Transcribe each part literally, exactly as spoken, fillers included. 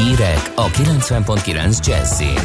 Hírek a kilencven pont kilenc Jazzin.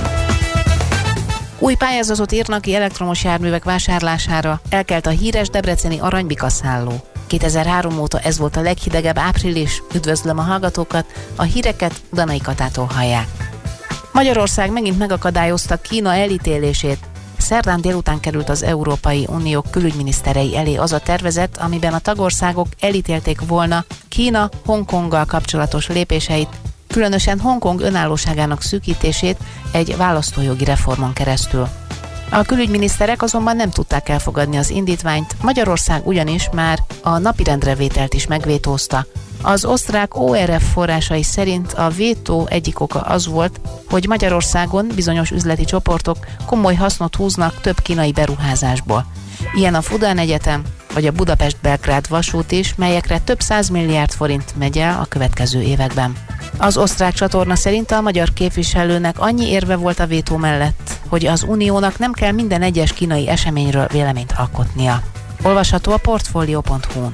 Új pályázatot írnak ki elektromos járművek vásárlására, elkelt a híres debreceni Aranybika szálló. kétezer-három óta ez volt a leghidegebb április. Üdvözlöm a hallgatókat, a híreket Danai Katától hallják. Magyarország megint megakadályozta Kína elítélését. Szerdán délután került az Európai Unió külügyminiszterei elé az a tervezet, amiben a tagországok elítélték volna Kína Hongkonggal kapcsolatos lépéseit, különösen Hongkong önállóságának szűkítését egy választójogi reformon keresztül. A külügyminiszterek azonban nem tudták elfogadni az indítványt, Magyarország ugyanis már a napirendre vételt is megvétózta. Az osztrák o er ef forrásai szerint a vétó egyik oka az volt, hogy Magyarországon bizonyos üzleti csoportok komoly hasznot húznak több kínai beruházásból. Ilyen a Fudan Egyetem, vagy a Budapest-Belgrád vasút is, melyekre több száz milliárd forint megy el a következő években. Az osztrák csatorna szerint a magyar képviselőnek annyi érve volt a vétó mellett, hogy az uniónak nem kell minden egyes kínai eseményről véleményt alkotnia. Olvasható a portfolio pont hu-n.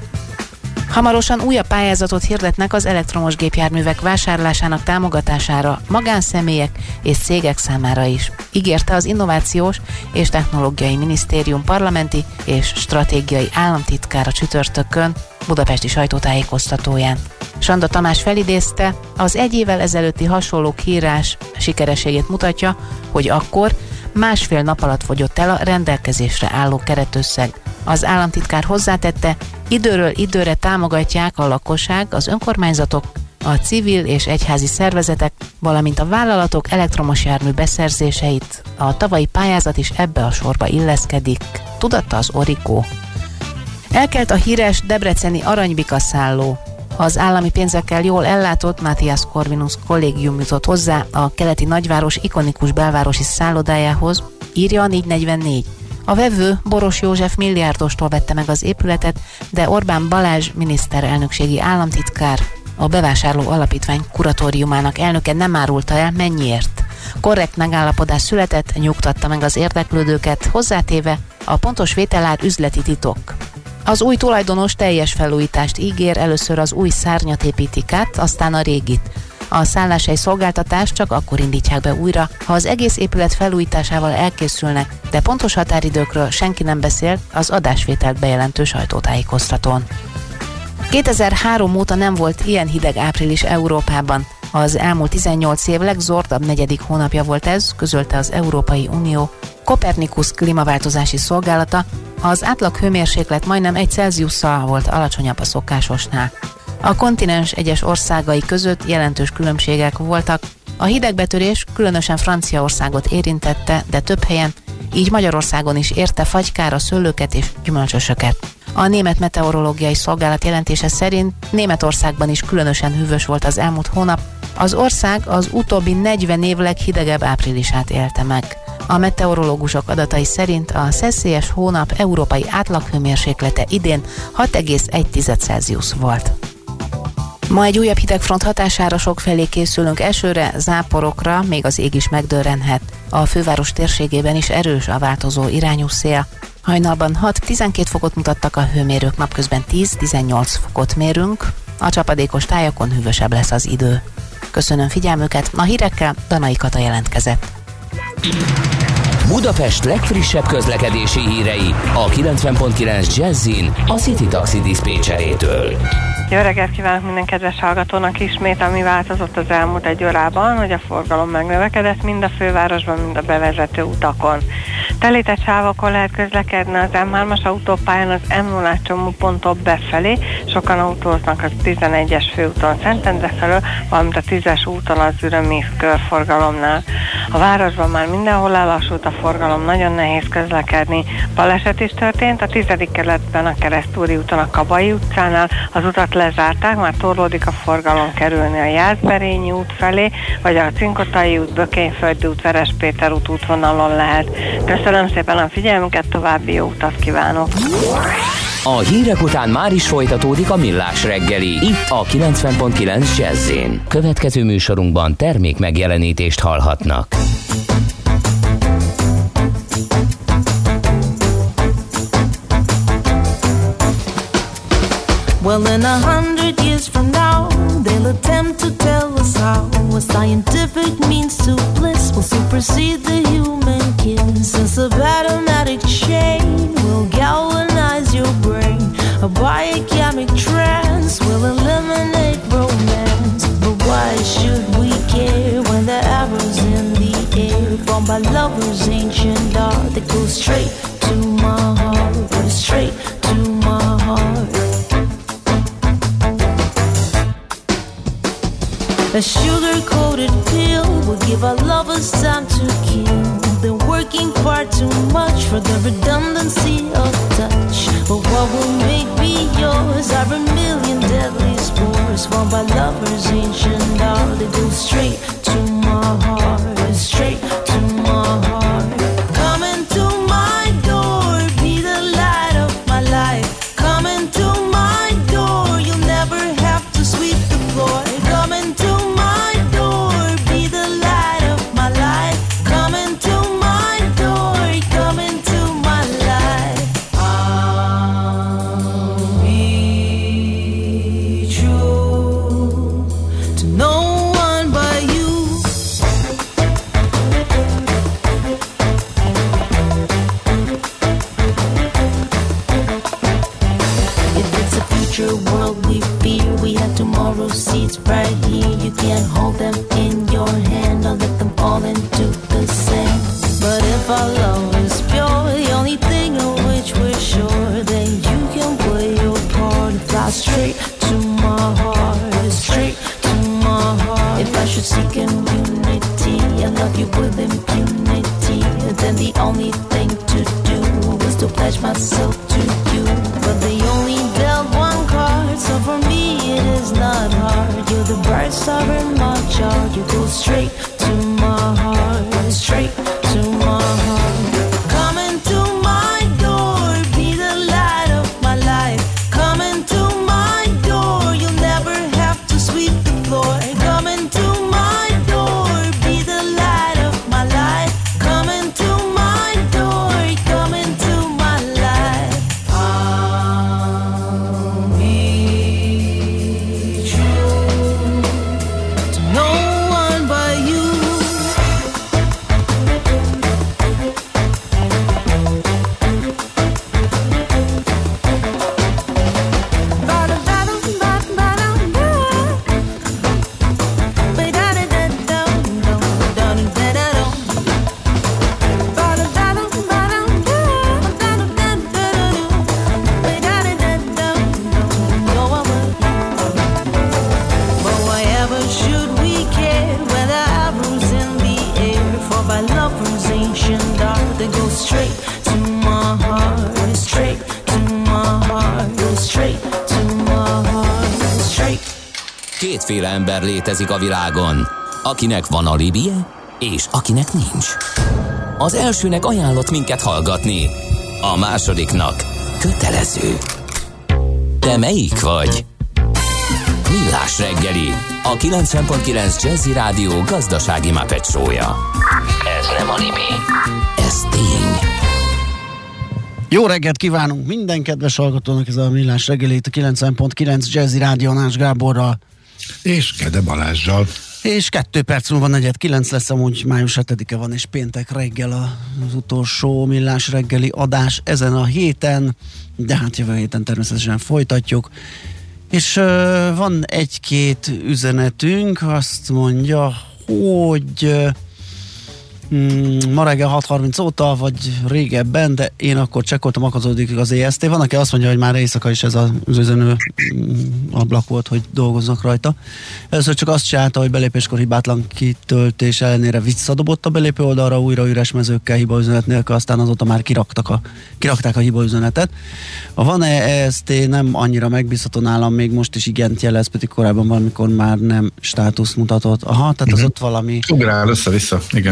Hamarosan újabb pályázatot hirdetnek az elektromos gépjárművek vásárlásának támogatására magánszemélyek és cégek számára is, ígérte az Innovációs és Technológiai Minisztérium parlamenti és stratégiai államtitkára csütörtökön budapesti sajtótájékoztatóján. Sanda Tamás felidézte, az egy évvel ezelőtti hasonló kiírás sikerességét mutatja, hogy akkor másfél nap alatt fogyott el a rendelkezésre álló keretösszeg. Az államtitkár hozzátette, időről időre támogatják a lakosság, az önkormányzatok, a civil és egyházi szervezetek, valamint a vállalatok elektromos jármű beszerzéseit. A tavalyi pályázat is ebbe a sorba illeszkedik, tudatta az Orikó. Elkelt a híres debreceni Aranybika szálló. Az állami pénzekkel jól ellátott Matthias Corvinus kollégium jutott hozzá a keleti nagyváros ikonikus belvárosi szállodájához, írja a négy negyvennégy. A vevő Boros József milliárdostól vette meg az épületet, de Orbán Balázs miniszterelnökségi államtitkár, a bevásárló alapítvány kuratóriumának elnöke nem árulta el, mennyiért. Korrekt megállapodás született, nyugtatta meg az érdeklődőket, hozzátéve, a pontos vételár üzleti titok. Az új tulajdonos teljes felújítást ígér, először az új szárnyat építik át, aztán a régit. A szálláshely szolgáltatást csak akkor indítják be újra, ha az egész épület felújításával elkészülnek, de pontos határidőkről senki nem beszélt az adásvételt bejelentő sajtótájékoztatón. kétezer-három óta nem volt ilyen hideg április Európában. Az elmúlt tizennyolc év legzordabb negyedik hónapja volt ez, közölte az Európai Unió Copernicus klímaváltozási szolgálata. Az átlag hőmérséklet majdnem egy Celsiusszal volt alacsonyabb a szokásosnál. A kontinens egyes országai között jelentős különbségek voltak. A hidegbetörés különösen Franciaországot érintette, de több helyen, így Magyarországon is érte fagykára szőlőket és gyümölcsösöket. A Német Meteorológiai Szolgálat jelentése szerint Németországban is különösen hűvös volt az elmúlt hónap. Az ország az utóbbi negyven év leghidegebb áprilisát élte meg. A meteorológusok adatai szerint a szeszélyes hónap európai átlaghőmérséklete idén hat egész egy Celsius volt. Ma egy újabb hidegfront hatására sokfelé készülünk esőre, záporokra, még az ég is megdörrenhet. A főváros térségében is erős a változó irányú szél. Hajnalban hat-tizenkét fokot mutattak a hőmérők, napközben tíz-tizennyolc fokot mérünk. A csapadékos tájakon hűvösebb lesz az idő. Köszönöm figyelmüket, a hírekkel Danai Kata jelentkezett. Budapest legfrissebb közlekedési hírei a kilencven pont kilenc Jazzin a City Taxi diszpécserétől. Jó reggelt kívánok minden kedves hallgatónak! Ismét ami változott az elmúlt egy órában, hogy a forgalom megnövekedett mind a fővárosban, mind a bevezető utakon. Telített sávokon lehet közlekedni az em hármas autópályán, az em nullás csomóponttól befelé, sokan autóznak az tizenegyes főúton Szentendre felől, valamint a tízes úton az Ürömi körforgalomnál. A városban már mindenhol lelassult a forgalom, nagyon nehéz közlekedni. Baleset is történt, a tizedik kerületben a Keresztúri úton a Kabai utcánál, az utat lezárták, már torlódik a forgalom kerülni a Jászberényi út felé, vagy a Cinkotai út, Bökényföldi út, Veres Péter út útvonalon lehet. Köszönöm szépen a figyelmüket, további jó utat kívánok! A hírek után már is folytatódik a Millás reggeli, itt a kilencven pont kilenc Jazz-én. Következő műsorunkban termék megjelenítést hallhatnak. Well, in a hundred years from now, they'll attempt to tell us how a scientific means to bliss will supersede the human kiss. Since a automatic chain will galvanize your brain, a biochemic trance will eliminate romance. But why should we care when the arrows in the air from by lovers' ancient art that goes straight to my heart, straight to my heart. A sugar-coated pill will give our lovers time to kill. They're working far too much for the redundancy of touch. But what will make me yours are a million deadly spores formed by lovers' ancient art that go straight to my heart, straight to my heart. Come into my door, be the light of my life. Come into my door, you'll never have to sweep the floor. Come into my door, be the light of my life. Come into my door, come into my life. I'll be true to no one but you. If it's a future world we fear, we have tomorrow's seeds right here. You can't hold them in your hand or let them fall into the sand. But if our love is pure, the only thing of which we're sure, then you can play your part and fly straight to my heart, straight to my heart. If I should seek immunity and love you with impunity, then the only thing to do is to pledge myself to you. But they only dealt one card, so for me it is not hard. You're the bright star in my chart. You go straight to my heart, straight to my heart. Come into my door, be the light of my life. Come into my door, you'll never have to sweep the floor. Come into my door, be the light of my life. Come into my door, come into my life. I'll be true to no one but you. But whatever should we care when the arrows in the air for by lovers ancient art that goes straight to my heart, straight to my heart, straight to my heart, straight. Kétféle ember létezik a világon, akinek van alibije, és akinek nincs. Az elsőnek ajánlott minket hallgatni, a másodiknak kötelező. Te melyik vagy? Millás reggeli, a kilencven pont kilenc Jazzy Rádió gazdasági Muppet show-ja. Ez nem anime, ez tény. Jó reggelt kívánunk minden kedves hallgatónak, ez a Millás reggelét, a kilencven pont kilenc Jazzy Rádió Nács Gáborral. És Kede Balázsral. És kettő perc múlva negyed kilenc lesz, amúgy május hetedike van, és péntek reggel az utolsó Millás reggeli adás ezen a héten, de hát jövő héten természetesen folytatjuk. És uh, van egy-két üzenetünk, azt mondja, hogy uh, ma reggel hat harminc óta, vagy régebben, de én akkor csekkoltam, akadódik az é es té. Van, aki azt mondja, hogy már éjszaka is ez az üzenő ablak volt, hogy dolgoznak rajta. Először csak azt csinálta, hogy belépéskor hibátlan kitöltés ellenére visszadobott a belépő oldalra újra üres mezőkkel hibaüzenet nélkül, aztán azóta már kiraktak a, kirakták a hibaüzenetet. A van é es té nem annyira megbízható, nálam még most is igent jelez, pedig korábban valamikor már nem státusz mutatott. Aha, tehát az uh-huh. ott valami... Ugrál össze-vissza, igen. Gondolom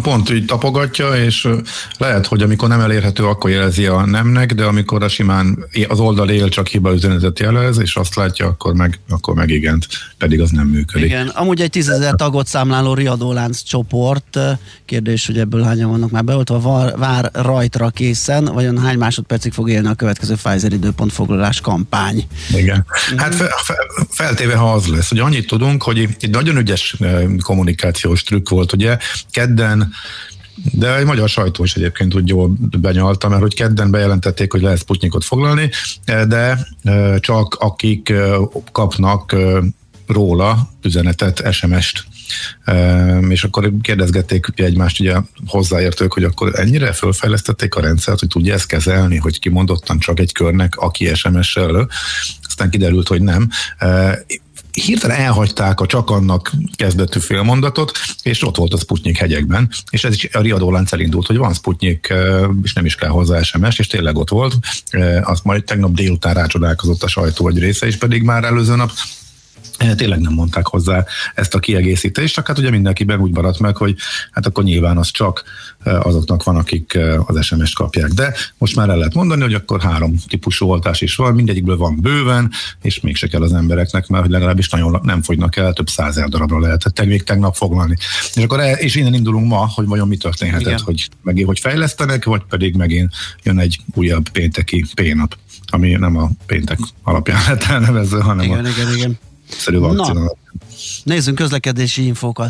pont így tapogatja, és lehet, hogy amikor nem elérhető, akkor jelzi a nemnek, de amikor a simán az oldal él, csak hiba üzenetet jelez, és azt látja, akkor meg, akkor meg igent, pedig az nem működik. Igen, amúgy egy tízezer tagot számláló riadólánc csoport, kérdés, hogy ebből hányan vannak már beoltva, vár, vár rajtra készen, vajon hány másodpercig fog élni a következő Pfizer időpontfoglalás kampány? Igen. Hát fe, fe, feltéve, ha az lesz, hogy annyit tudunk, hogy egy nagyon ügyes kommunikációs trükk volt, ugye, kedden, de egy magyar sajtó is egyébként úgy jól benyalta, mert hogy kedden bejelentették, hogy lehet Sputnikot foglalni, de csak akik kapnak róla üzenetet, es em est. És akkor kérdezgették egymást ugye hozzáértők, hogy akkor ennyire fölfejlesztették a rendszert, hogy tudja ezt kezelni, hogy kimondottan csak egy körnek, aki es em es-sel, aztán kiderült, hogy nem. Hirtelen elhagyták a csak annak kezdetű félmondatot, és ott volt a Sputnik hegyekben, és ez is a riadólánc elindult, hogy van Sputnik, és nem is kell hozzá es em es, és tényleg ott volt. Azt majd tegnap délután rácsodálkozott a sajtó egy része, és pedig már előző nap tényleg nem mondták hozzá ezt a kiegészítést, csak hát ugye mindenkiben úgy maradt meg, hogy hát akkor nyilván az csak azoknak van, akik az es em est kapják. De most már el lehet mondani, hogy akkor három típusú oltás is van, mindegyikből van bőven, és mégse kell az embereknek, mert legalábbis nagyon nem fogynak el, több százezer darabra lehetett még tegnap foglalni. És akkor el, és innen indulunk ma, hogy vajon mi történhetett, igen, hogy megint hogy fejlesztenek, vagy pedig megint jön egy újabb pénteki P-nap, ami nem a péntek alapján lett elnevezve, hanem igen, a igen, igen. szerű vakcina. Na, nézzünk közlekedési infókat.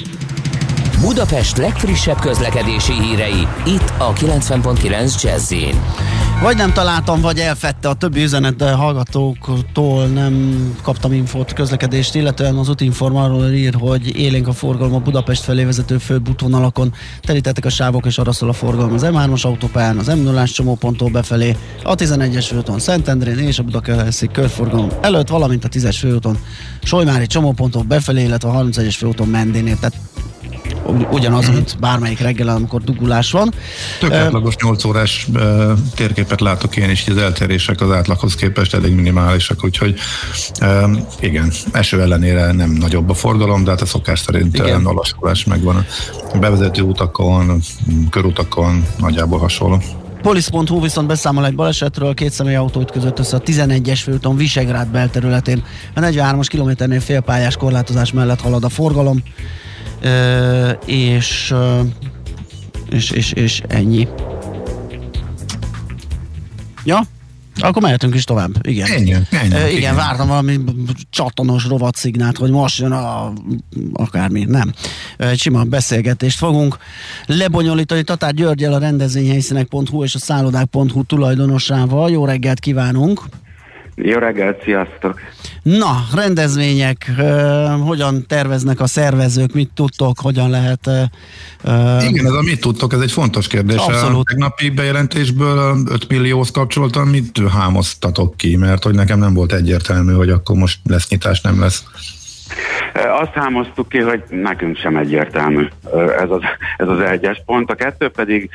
Budapest legfrissebb közlekedési hírei, itt a kilencven pont kilenc Jazz-in. Vagy nem találtam, vagy elfette a többi üzenet, de hallgatóktól nem kaptam infót közlekedést, illetően az Utinform arról ír, hogy élénk a forgalom a Budapest felé vezető főbb útvonalakon, terítettek a sávok és arra szól a forgalom az em hármas autópályán, az em nullás csomóponttól befelé, a tizenegyes főúton Szentendrén és a Budakeszi körforgalom előtt, valamint a tízes főúton Solymári csomóponttól befelé, illetve a harmincegyes főúton Mendinél, tehát ugyanaz, mm. mint bármelyik reggel, amikor dugulás van. Tök átlagos nyolc órás uh, térképet látok én is, hogy az eltérések az átlaghoz képest elég minimálisak, úgyhogy uh, igen, eső ellenére nem nagyobb a forgalom, de hát a szokás szerint a lassulás megvan a bevezető utakon, körutakon, nagyjából hasonló. Polisz pont hu viszont beszámol egy balesetről, két személyautó ütközött össze a tizenegyes főúton Visegrád belterületén. A negyvenhármas kilométernél félpályás korlátozás mellett halad a forgalom. Uh, és, uh, és, és, és ennyi. Ja, akkor mehetünk is tovább. Igen, ennyi, ennyi, uh, igen, igen. Vártam valami csatonos rovatszignát, hogy most jön a akármi, nem. Egy sima beszélgetést fogunk lebonyolítani Tatár Györgyel, a rendezvényhelyszínek pont hu és a szállodák pont hu tulajdonosával. Jó reggelt kívánunk! Jó reggelt, sziasztok! Na, rendezvények, uh, hogyan terveznek a szervezők, mit tudtok, hogyan lehet... Uh, Igen, ez a mit tudtok, ez egy fontos kérdés. Abszolút. A tegnapi bejelentésből öt millióhoz kapcsoltan mit hámoztatok ki, mert hogy nekem nem volt egyértelmű, hogy akkor most lesz nyitás, nem lesz. Azt hámoztuk ki, hogy nekünk sem egyértelmű ez az, ez az egyes pont. A kettő pedig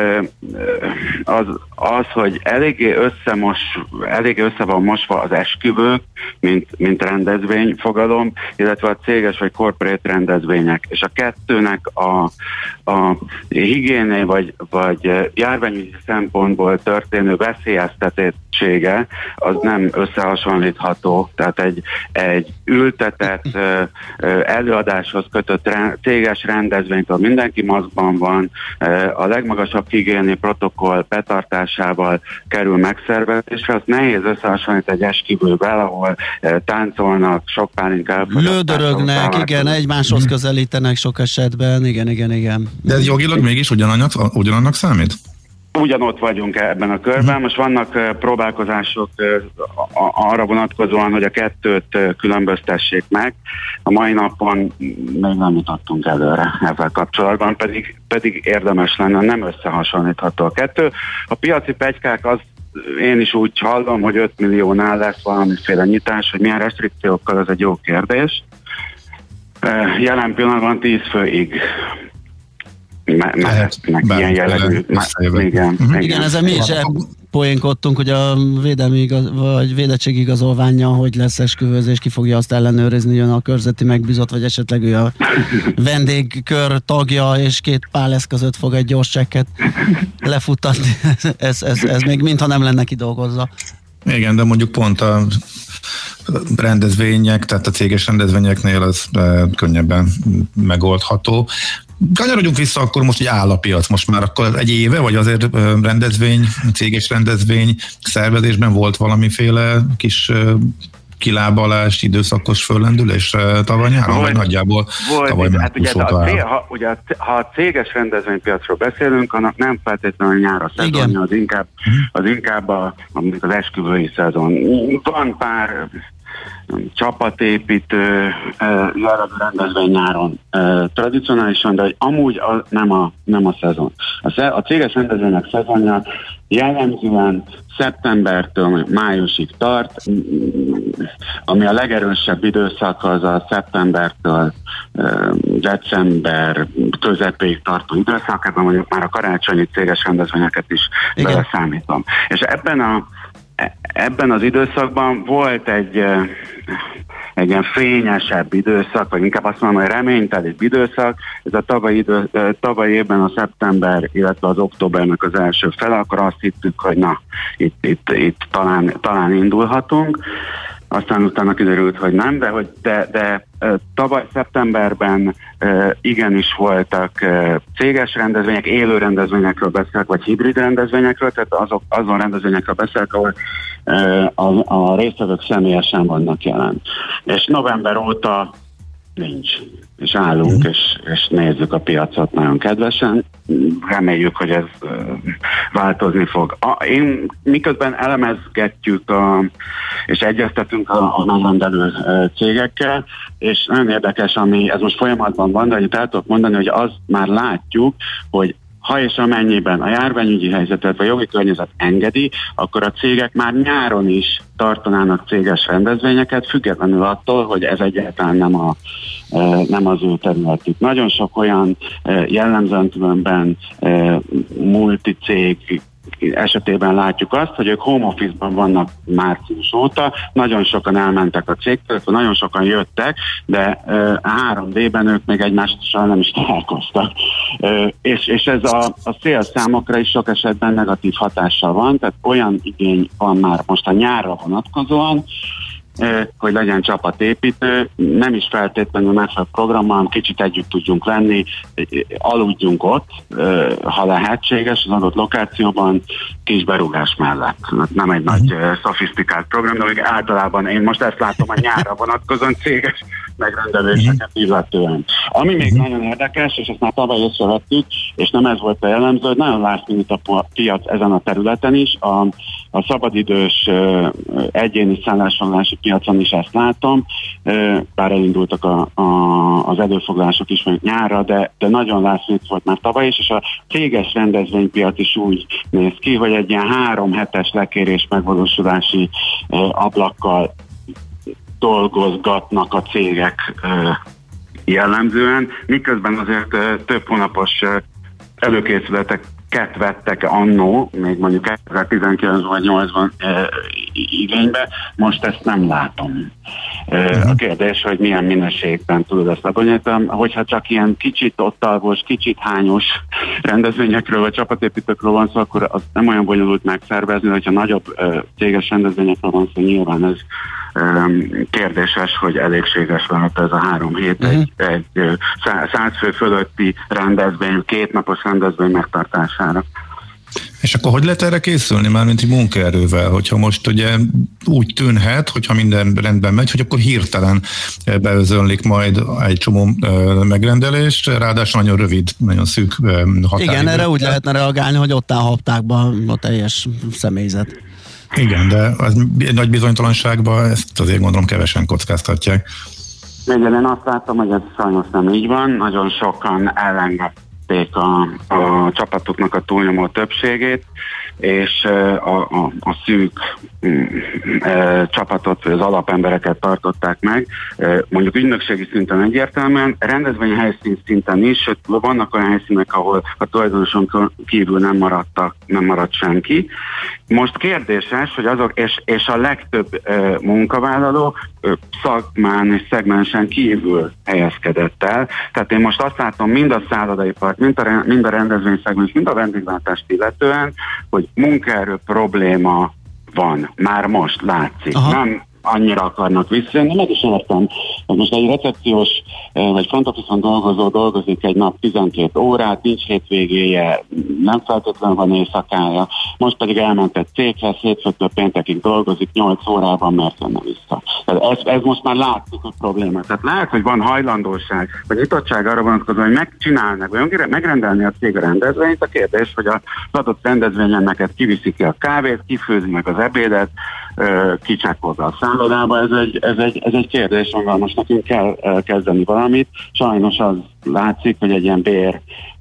az, az hogy eléggé összemos, eléggé össze van mosva az esküvők, mint, mint rendezvényfogalom, illetve a céges vagy corporate rendezvények. És a kettőnek a, a higiéné vagy, vagy járványügyi szempontból történő veszélyeztetettsége az nem összehasonlítható. Tehát egy, egy ültetett előadáshoz kötött céges rendezvénytől mindenki maszkban van, a legmagasabb higiéni protokoll betartásával kerül megszervezésre, azt nehéz összehasonlítani egy esküvővel, ahol táncolnak, sok pálinka elfogyasztások. Lődörögnek, igen, egymáshoz közelítenek sok esetben, igen, igen, igen. De ez jogilag mégis ugyanannak, ugyanannak számít? Ugyanott vagyunk ebben a körben. Most vannak próbálkozások arra vonatkozóan, hogy a kettőt különböztessék meg. A mai napon még nem jutottunk előre ezzel kapcsolatban, pedig, pedig érdemes lenne, nem összehasonlítható a kettő. A piaci pletykák az, én is úgy hallom, hogy öt milliónál lesz valamiféle nyitás, hogy milyen restrikciókkal, ez egy jó kérdés. Jelen pillanatban tíz főig mehetnek ilyen jellegű. Igen, igen, ezen mi is poénkodtunk, hogy a védelmi igaz, vagy védettségigazolványa, hogy lesz esküvőzés, ki fogja azt ellenőrizni, jön a körzeti megbízott, vagy esetleg ő a vendégkör tagja, és két páleszközött fog egy gyors csekket lefuttatni. ez, ez, ez még mintha nem lenne kidolgozva. Igen, de mondjuk pont a rendezvények, tehát a céges rendezvényeknél az e, könnyebben megoldható. Kanyarodjunk vissza akkor most, hogy áll a piac most már akkor egy éve, vagy azért rendezvény, céges rendezvény szervezésben volt valamiféle kis kilábalás, időszakos föllendülés tavaly nyáron, vagy nagyjából volt, tavaly hát ugye, a cég, ha, ugye, ha a céges rendezvénypiacról beszélünk, annak nem feltétlenül nyár a szezonja, az inkább, az inkább a, az esküvői szezon. Van pár csapatépítő jellegű rendezvény nyáron tradicionálisan, de amúgy a, nem, a, nem a szezon. A, sze, a céges rendezvények szezonja jellemzően szeptembertől májusig tart, ami a legerősebb időszak az a szeptembertől december közepéig tartó időszak, ebben mondjuk már a karácsonyi céges rendezvényeket is beleszámítom. És ebben a Ebben az időszakban volt egy, egy ilyen fényesebb időszak, vagy inkább azt mondom, hogy reménytelibb időszak. Ez a tavalyi, idő, tavalyi évben a szeptember, illetve az októbernek az első fele, akkor azt hittük, hogy na, itt, itt, itt talán, talán indulhatunk. Aztán utána kiderült, hogy nem, de, hogy de, de tavaly szeptemberben igenis voltak céges rendezvények, élő rendezvényekről beszélek, vagy hibrid rendezvényekről, tehát azok, azon rendezvényekről beszélek, ahol a, a résztvevők személyesen vannak jelen. És november óta nincs. És állunk, és, és nézzük a piacot nagyon kedvesen. Reméljük, hogy ez uh, változni fog. A, én miközben elemezgetjük a, és egyeztetünk a, a megrendelő uh, cégekkel, és nagyon érdekes, ami ez most folyamatban van, de itt el tudok mondani, hogy azt már látjuk, hogy ha és amennyiben a járványügyi helyzetet vagy jogi környezet engedi, akkor a cégek már nyáron is tartanának céges rendezvényeket, függetlenül attól, hogy ez egyáltalán nem, a, nem az ő területük. Nagyon sok olyan jellemzően különben multicég esetében látjuk azt, hogy ők home office-ban vannak március óta, nagyon sokan elmentek a cégtől, nagyon sokan jöttek, de uh, három dében ők még egymással nem is találkoztak. Uh, és, és ez a, a szélszámokra is sok esetben negatív hatással van, tehát olyan igény van már most a nyárra vonatkozóan, hogy legyen csapatépítő, nem is feltétlenül megfelelő programmal, kicsit együtt tudjunk lenni, aludjunk ott, ha lehetséges, az adott lokációban, kis berúgás mellett. Nem egy nagy szofisztikált program, de általában én most ezt látom a nyárra vonatkozóan céges megrendeléseket illetően. Ami még nagyon érdekes, és ezt már tavaly észrevettük, és nem ez volt a jellemző, hogy nagyon last minute a piac ezen a területen is, a, a szabadidős egyéni szállásfoglalási piacon is ezt látom, bár elindultak a, a, az előfoglalások is mondjuk nyárra, de, de nagyon last minute volt már tavaly is, és a céges rendezvénypiac is úgy néz ki, hogy egy ilyen három hetes lekérés megvalósulási ablakkal dolgozgatnak a cégek jellemzően, miközben azért több hónapos előkészületeket vettek annó, még mondjuk kétezer-tizenkilenc vagy nyolcban e, igénybe, most ezt nem látom. E, a kérdés, hogy milyen minőségben tudod ezt lebonyolítani, hogyha csak ilyen kicsit ottalvos, kicsit hányos rendezvényekről vagy csapatépítőkről van szó, akkor az nem olyan bonyolult megszervezni, hogyha nagyobb e, céges rendezvényekről van szó, nyilván ez kérdéses, hogy elégséges van ez a három hét, uh-huh. egy, egy száz fő fölötti rendezvény, két napos rendezvény megtartására. És akkor hogy lehet erre készülni, már mint egy munkaerővel, hogyha most ugye úgy tűnhet, hogyha minden rendben megy, hogy akkor hirtelen beözönlik majd egy csomó megrendelést, ráadásul nagyon rövid, nagyon szűk határidő. Igen, erre úgy lehetne reagálni, hogy ott áll haptákban a teljes személyzet. Igen, de az nagy bizonytalanságban ezt azért gondolom kevesen kockáztatják. Igen, én azt látom, hogy ez sajnos nem így van. Nagyon sokan elengedték a, a csapatoknak a túlnyomó többségét, és a, a, a szűk e, csapatot, vagy az alapembereket tartották meg. E, mondjuk ügynökségi szinten egyértelműen, rendezvényhelyszín szinten is, sőt, vannak olyan helyszínek, ahol a tulajdonoson kívül nem maradtak, nem maradt senki, Most kérdéses, hogy azok, és, és a legtöbb ö, munkavállaló ö, szakmán és szegmensen kívül helyezkedett el. Tehát én most azt látom mind a szállodaipart, mind a, mind a rendezvényszegmens, mind a vendéglátást illetően, hogy munkaerő probléma van. Már most látszik. Aha. Nem annyira akarnak visszajönni, meg is értem. Most egy recepciós vagy front office-on dolgozó dolgozik egy nap tizenkét órát, nincs hétvégéje, nem feltétlenül van éjszakája, most pedig elment egy céghez, hétfőtől péntekig dolgozik nyolc órában, mert jönne vissza. Ez, ez most már látszik a probléma. Tehát lehet, hogy van hajlandóság, vagy nyitottság arra vonatkozóan, hogy megcsinálnak, vagy megrendelni a cég a rendezvényt. A kérdés, hogy az adott rendezvényen neked kiviszi ki a kávét, kifőzi meg az ebédet, kicsekkolva a szállodába, ez egy, ez egy, ez egy kérdés, amivel most nekünk kell kezdeni valamit. Sajnos az látszik, hogy egy ilyen bér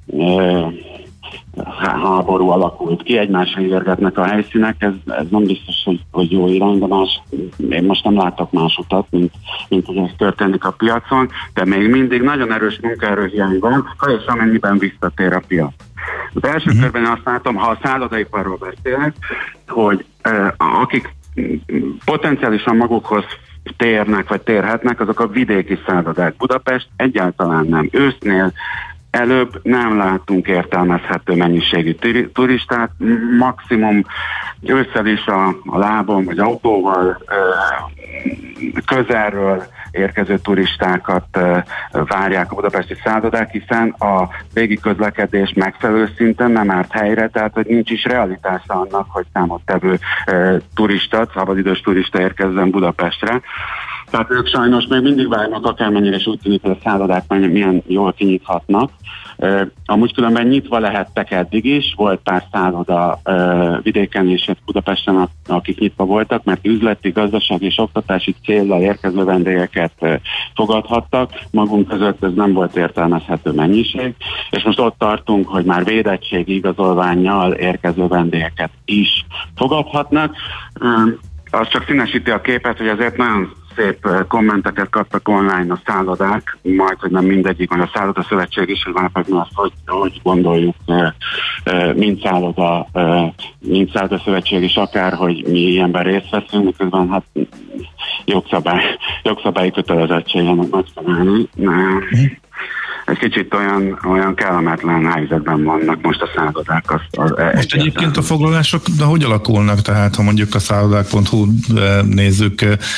háború alakult ki, egymásra ígérgetnek a helyszínek, ez, ez nem biztos, hogy, hogy jó irány, de más, én most nem látok más utat, mint, mint hogy ez történik a piacon, de még mindig nagyon erős munkaerőhiány van, ha és amennyiben visszatér a piac. Az első uh-huh. körben azt látom, ha a szállodaiparról beszélek, hogy uh, akik potenciálisan magukhoz térnek, vagy térhetnek, azok a vidéki szállodák. Budapest egyáltalán nem. Ősznél előbb nem látunk értelmezhető mennyiségű turistát, maximum ősszel is a, a lábon, vagy autóval közelről érkező turistákat várják a budapesti szállodák, hiszen a légi közlekedés megfelelő szinten nem árt helyre, tehát hogy nincs is realitása annak, hogy számottevő turista, szabadidős turista érkezzen Budapestre. Tehát ők sajnos még mindig várnak, akármennyire is úgy tűnik, hogy a szállodák milyen jól kinyithatnak. Uh, amúgy különben nyitva lehettek eddig is, volt pár szálloda uh, vidéken és Budapesten, akik nyitva voltak, mert üzleti, gazdasági és oktatási céllal érkező vendégeket uh, fogadhattak. Magunk között ez nem volt értelmezhető mennyiség, és most ott tartunk, hogy már védettségi igazolvánnyal érkező vendégeket is fogadhatnak. Uh, az csak színesíti a képet, hogy azért nagyon szép kommenteket kaptak online a szállodák, majd, hogy nem mindegyik, vagy a szálloda szövetség is, hogy már pedig azt, hogy, hogy gondoljuk, mind szálloda, mind szálloda szövetség is akár, hogy mi ilyenben részt veszünk, miközben hát jogszabály, jogszabályi kötelezettségenek megfelelni. Egy kicsit olyan, olyan kellemetlen helyzetben vannak most a szállodák. Az, az most egyébként a foglalások, de hogy alakulnak? Tehát, ha mondjuk a szállodák pont hu nézzük,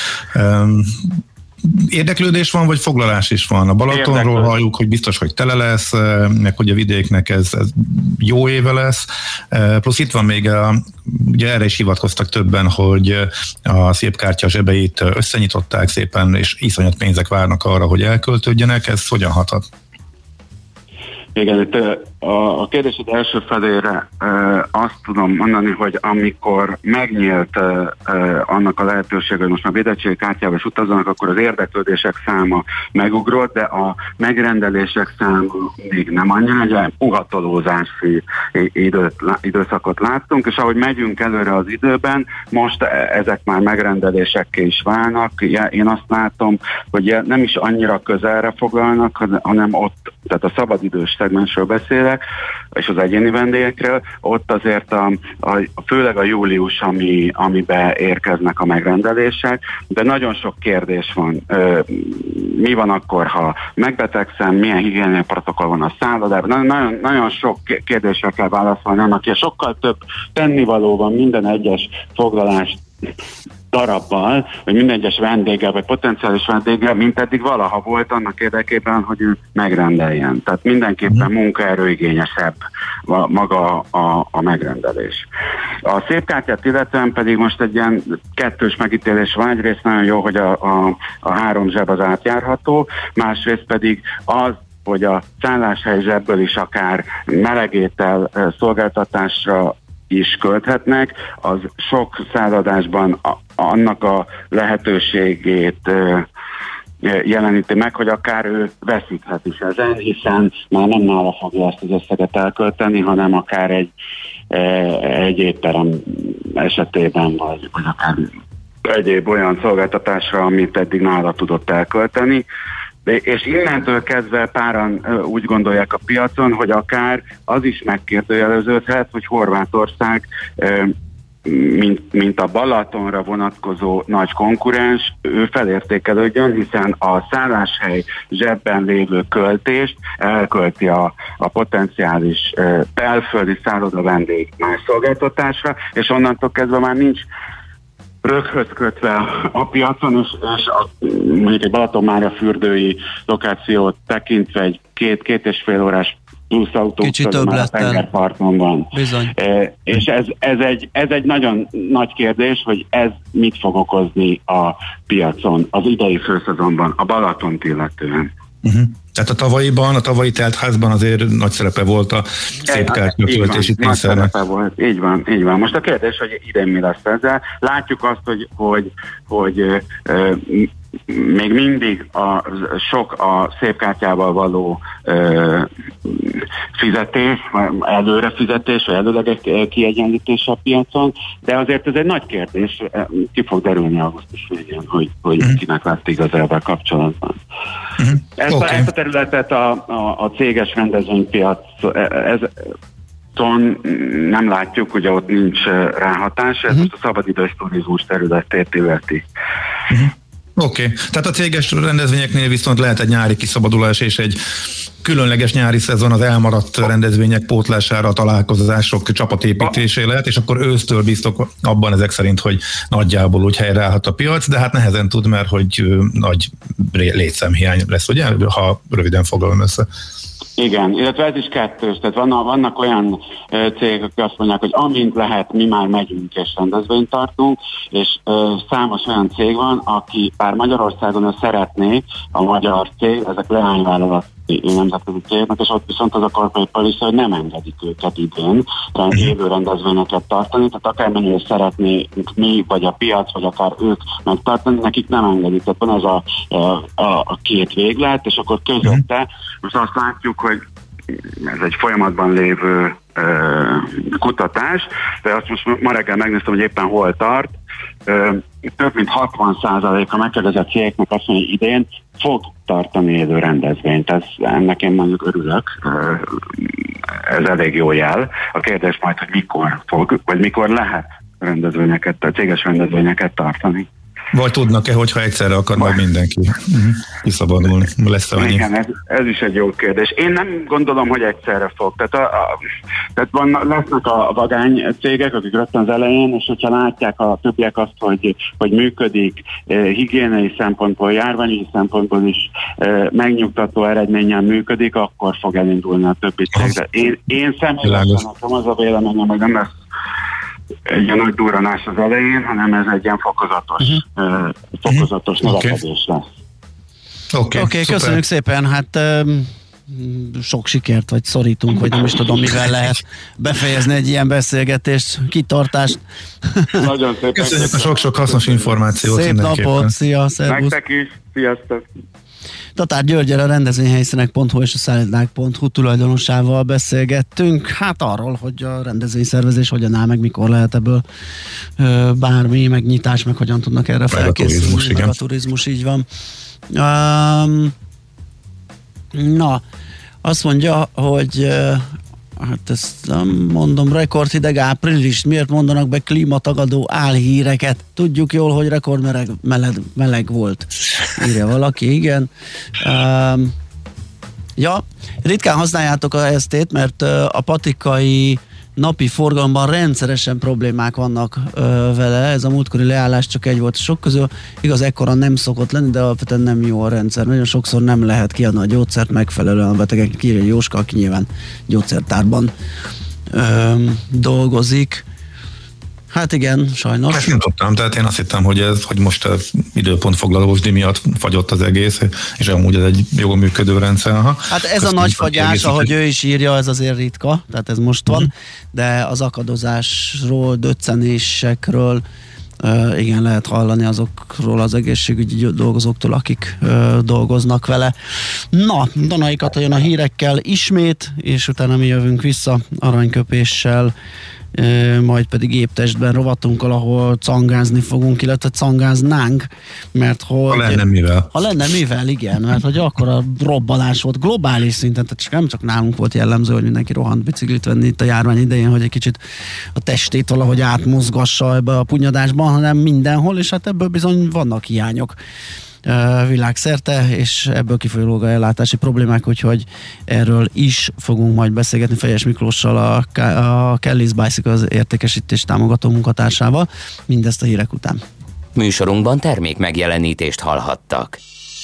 érdeklődés van, vagy foglalás is van? A Balatonról halljuk, hogy biztos, hogy tele lesz, meg hogy a vidéknek ez, ez jó éve lesz. Plusz itt van még, a, ugye erre is hivatkoztak többen, hogy a szép kártya zsebeit összenyitották szépen, és iszonyat pénzek várnak arra, hogy elköltődjenek. Ez hogyan hathat? Igen, itt a, a kérdésed első felére e, azt tudom mondani, hogy amikor megnyílt e, e, annak a lehetőség, hogy most már védettségi kártyával is utazzanak, akkor az érdeklődések száma megugrott, de a megrendelések száma még nem annyira, egy puhatolózási időt, időszakot láttunk, és ahogy megyünk előre az időben, most ezek már megrendelésekké is válnak. Én azt látom, hogy nem is annyira közelre foglalnak, hanem ott, tehát a szabadidős szegmensről beszélek, és az egyéni vendégekről, ott azért a, a, főleg a július, ami, amiben érkeznek a megrendelések, de nagyon sok kérdés van. Ö, mi van akkor, ha megbetegszem, milyen higiéniai protokoll van a szállodában? Nagyon, nagyon sok kérdésre kell válaszolni annak, hogy sokkal több tennivaló van minden egyes foglalást darabbal, vagy minden egyes vendéggel, vagy potenciális vendéggel, mint eddig valaha volt annak érdekében, hogy ő megrendeljen. Tehát mindenképpen munkaerőigényesebb maga a, a megrendelés. A szép kártyát illetően pedig most egy ilyen kettős megítélés van. Egyrészt nagyon jó, hogy a, a, a három zseb az átjárható, másrészt pedig az, hogy a szálláshely zsebből is akár melegétel szolgáltatásra is költhetnek, az sok szállodásban a, annak a lehetőségét ö, jeleníti meg, hogy akár ő veszíthet is ezen, hiszen már nem nála fogja ezt az összeget elkölteni, hanem akár egy, egy étterem esetében, vagy, vagy akár egyéb olyan szolgáltatásra, amit eddig nála tudott elkölteni. És innentől kezdve páran úgy gondolják a piacon, hogy akár az is megkérdőjeleződhet, hogy Horvátország mint, mint a Balatonra vonatkozó nagy konkurens, ő felértékelődjön, hiszen a szálláshely zsebben lévő költést elkölti a, a potenciális uh, belföldi szálloda vendég más szolgáltatásra, és onnantól kezdve már nincs röghöz kötve a piacon, és, és a, mondjuk egy Balatonmária fürdői lokációt tekintve egy két, két és fél órás plusz autók már a tengerparton van. Bizony. E, és ez, ez, egy, ez egy nagyon nagy kérdés, hogy ez mit fog okozni a piacon az idei főszezonban, a Balatont illetően. Uh-huh. Tehát a tavalyiban, a tavalyi teltházban azért nagy szerepe volt a szép kártyaköltési tényszernek. Nagy volt, így van, így van. Most a kérdés, hogy idén mi lesz ezzel. Látjuk azt, hogy, hogy, hogy ö, még mindig a, sok a szép kártyával való ö, fizetés, előre fizetés, vagy előleges kiegyenlítés a piacon, de azért ez egy nagy kérdés, ki fog derülni augusztus végén, hogy, hogy uh-huh. kinek lesz igazából kapcsolatban. Uh-huh. Ezt, okay. a, ezt a területet a, a, a céges rendezvénypiac, ez nem látjuk, ugye ott nincs ráhatás, ez uh-huh. most a szabadidős turizmus területét illeti. Uh-huh. Oké, okay. Tehát a céges rendezvényeknél viszont lehet egy nyári kiszabadulás és egy különleges nyári szezon az elmaradt rendezvények pótlására, találkozások csapatépítésé lehet, és akkor ősztől biztok abban ezek szerint, hogy nagyjából úgy helyreállhat a piac, de hát nehezen tud, mert hogy nagy létszámhiány lesz, ugye, ha röviden foglalom össze. Igen, illetve ez is kettős, tehát vannak, vannak olyan e, cégek, akik azt mondják, hogy amint lehet, mi már megyünk és rendezvényt tartunk, és e, számos olyan cég van, aki bár Magyarországon szeretné a magyar cég, ezek leányvállalati nemzetközi cégnek, és ott viszont az a corporate policy, hogy nem engedik őket idén élő rendezvényeket tartani, tehát akármennyire szeretnénk mi, vagy a piac, vagy akár ők megtartani, nekik nem engedik. Tehát van az a, a, a két véglet, és akkor közötte most azt látjuk, hogy ez egy folyamatban lévő uh, kutatás, de azt most ma reggel megnéztem, hogy éppen hol tart. Uh, több mint hatvan százaléka megkérdezett cégeknek azt mondja, hogy idén fog tartani élő rendezvényt. Ez, ennek én mondjuk örülök. Uh, ez elég jó jel. A kérdés majd, hogy mikor fog, vagy mikor lehet rendezvényeket, céges rendezvényeket tartani. Vagy tudnak-e, hogyha egyszerre akar majd mindenki uh-huh. kiszabadulni? Lesz annyi? Igen, ez, ez is egy jó kérdés. Én nem gondolom, hogy egyszerre fog. Tehát, a, a, tehát van, lesznek a vagány cégek, akik rögtön az elején, és hogyha látják a többiek azt, hogy, hogy működik, eh, higiéniai szempontból, járványi szempontból is eh, megnyugtató eredménnyel működik, akkor fog elindulni a többi cég. De én, én személyesen nekem az a véleményem, hogy nem lesz egy ilyen nagy durranás az elején, hanem ez egy ilyen fokozatos, uh-huh. uh, fokozatos uh-huh. növekedés lesz. Oké, okay, okay, köszönjük szépen, hát um, sok sikert, vagy szorítunk, vagy nem is tudom, mivel lehet befejezni egy ilyen beszélgetést, kitartást. Nagyon szépen. Köszönjük a sok-sok hasznos információt. Szép napot, szia, szervusz. Nektek is, sziasztok. Tatár Györgyel, a rendezvényhelyszínek pont hu és a szállodák pont hu tulajdonosával beszélgettünk, hát arról, hogy a rendezvényszervezés hogyan áll meg, mikor lehet ebből ö, bármi megnyitás, meg hogyan tudnak erre felkészülni. Meg a turizmus, így van. Um, na, azt mondja, hogy uh, hát ezt nem mondom, rekordhideg április, miért mondanak be klímatagadó álhíreket? Tudjuk jól, hogy rekordmeleg meleg, meleg volt. Írja valaki, igen. Um, ja, ritkán használjátok a é es té-t, mert uh, a patikai napi forgalomban rendszeresen problémák vannak ö, vele, ez a múltkori leállás csak egy volt sok közül, igaz, ekkora nem szokott lenni, de alapvetően nem jó a rendszer, nagyon sokszor nem lehet kiadni a gyógyszert megfelelően a betegek, írja Jóska, aki nyilván gyógyszertárban ö, dolgozik. Hát igen, sajnos. Ezt nem tudtam, tehát én azt hittem, hogy ez, hogy most az időpontfoglalós díj miatt fagyott az egész, és amúgy ez egy jól működő rendszer. Aha. Hát ez Köszönjük a nagy fagyás, ahogy ő is írja, ez azért ritka, tehát ez most van, mm. de az akadozásról, döccenésekről Uh, igen, lehet hallani azokról az egészségügyi dolgozóktól, akik uh, dolgoznak vele. Na, Donai Kata jön a hírekkel ismét, és utána mi jövünk vissza aranyköpéssel, majd pedig éptestben rovatunkkal, ahol cangázni fogunk, illetve cangáznánk, mert hogy... Ha lenne mivel. Ha lenne mivel, igen, mert hogy akkor a robbanás volt globális szinten, tehát csak nem csak nálunk volt jellemző, hogy mindenki rohant biciklit venni itt a járvány idején, hogy egy kicsit a testét valahogy átmozgassa ebbe a punyadásban, hanem mindenhol, és hát ebből bizony vannak hiányok világszerte, és ebből kifolyólag a ellátási problémák, úgyhogy erről is fogunk majd beszélgetni Fejes Miklóssal, a, a Kelly's Bicycle az értékesítés támogató munkatársával, mindezt a hírek után. Műsorunkban termék megjelenítést hallhattak.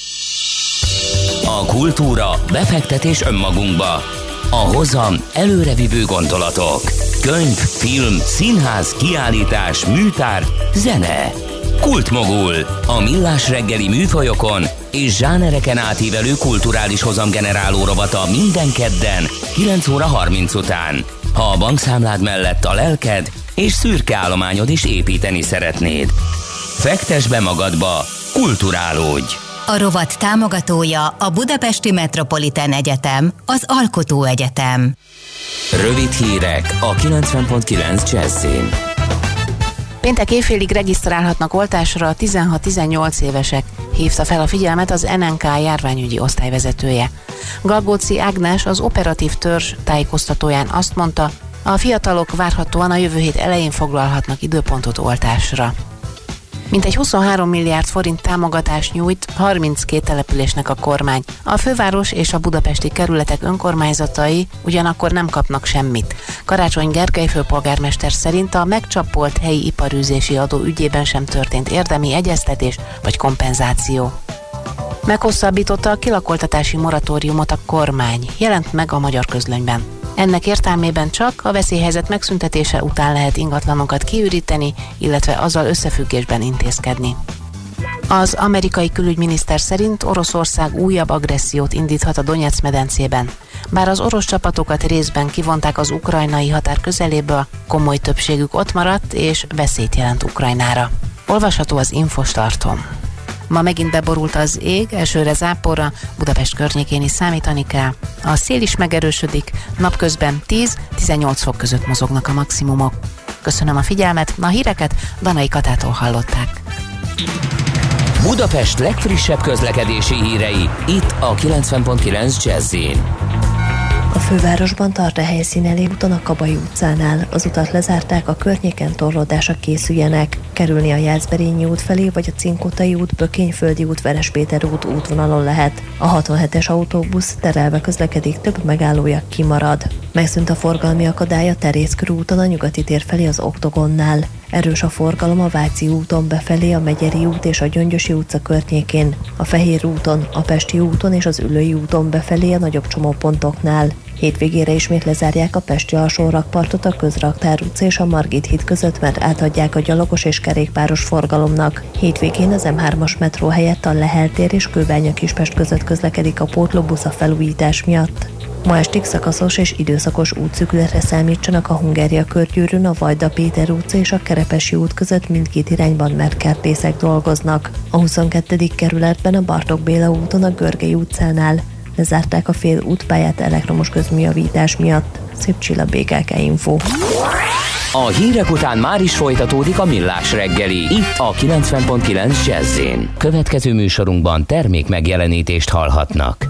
A kultúra, befektetés önmagunkba. A hozam előrevívő gondolatok. Könyv, film, színház, kiállítás, műtár, zene. Kultmogul. A millás reggeli műfajokon és zsánereken átívelő kulturális hozamgeneráló rovata minden kedden kilenc óra harminc után. Ha a bankszámlád mellett a lelked és szürke állományod is építeni szeretnéd. Fektess be magadba, kulturálódj! A rovat támogatója a Budapesti Metropolitán Egyetem, az Alkotó Egyetem. Rövid hírek a kilencven pont kilenc Jazzin. Péntek éjfélig regisztrálhatnak oltásra a tizenhat-tizennyolc évesek, hívta fel a figyelmet az en en ká járványügyi osztályvezetője. Galgóci Ágnes az operatív törzs tájékoztatóján azt mondta, a fiatalok várhatóan a jövő hét elején foglalhatnak időpontot oltásra. Mintegy huszonhárom milliárd forint támogatást nyújt harminckét településnek a kormány. A főváros és a budapesti kerületek önkormányzatai ugyanakkor nem kapnak semmit. Karácsony Gergely főpolgármester szerint a megcsapolt helyi iparűzési adó ügyében sem történt érdemi egyeztetés vagy kompenzáció. Meghosszabbította a kilakoltatási moratóriumot a kormány, jelent meg a Magyar Közlönyben. Ennek értelmében csak a veszélyhelyzet megszüntetése után lehet ingatlanokat kiüríteni, illetve azzal összefüggésben intézkedni. Az amerikai külügyminiszter szerint Oroszország újabb agressziót indíthat a Donetsz medencében. Bár az orosz csapatokat részben kivonták az ukrajnai határ közeléből, komoly többségük ott maradt és veszélyt jelent Ukrajnára. Olvasható az Infostarton. Ma megint beborult az ég, elsőre záporra, Budapest környékén is számítani kell. A szél is megerősödik, napközben tíz-tizennyolc fok között mozognak a maximumok. Köszönöm a figyelmet, a híreket Danai Katától hallották. Budapest legfrissebb közlekedési hírei, itt a kilencven pont kilenc Jazz-in. A fővárosban tart a helyszín elé úton a Kabai utcánál. Az utat lezárták, a környéken torlódásra készüljenek. Kerülni a Jászberényi út felé vagy a Cinkótai út, Bökényföldi út, Verespéter út útvonalon lehet. A hatvanhetes autóbusz terelve közlekedik, több megállója kimarad. Megszűnt a forgalmi akadály a Terész körúton a Nyugati tér felé az Oktogonnál. Erős a forgalom a Váci úton befelé, a Megyeri út és a Gyöngyösi utca környékén, a Fehér úton, a Pesti úton és az Üllői úton befelé a nagyobb csomópontoknál. Hétvégére ismét lezárják a pesti alsórakpartot a Közraktár utca és a Margit híd között, mert átadják a gyalogos és kerékpáros forgalomnak. Hétvégén az em hármas metró helyett a Lehel tér és Kőbánya-Kispest között közlekedik a pótlóbusz a felújítás miatt. Ma estig szakaszos és időszakos útszűkületre számítsanak a Hungária körgyűrűn, a Vajda Péter utca és a Kerepesi út között mindkét irányban, mert kertészek dolgoznak. A huszonkettedik kerületben a Bartók Béla úton a Görgei utcánál lezárták a fél útpályát elektromos közműjavítás miatt. Szép Csilla, bé ká ká Info. A hírek után már is folytatódik a Millás reggeli, itt a kilencven pont kilenc Jazz-in. Következő műsorunkban termék megjelenítést hallhatnak.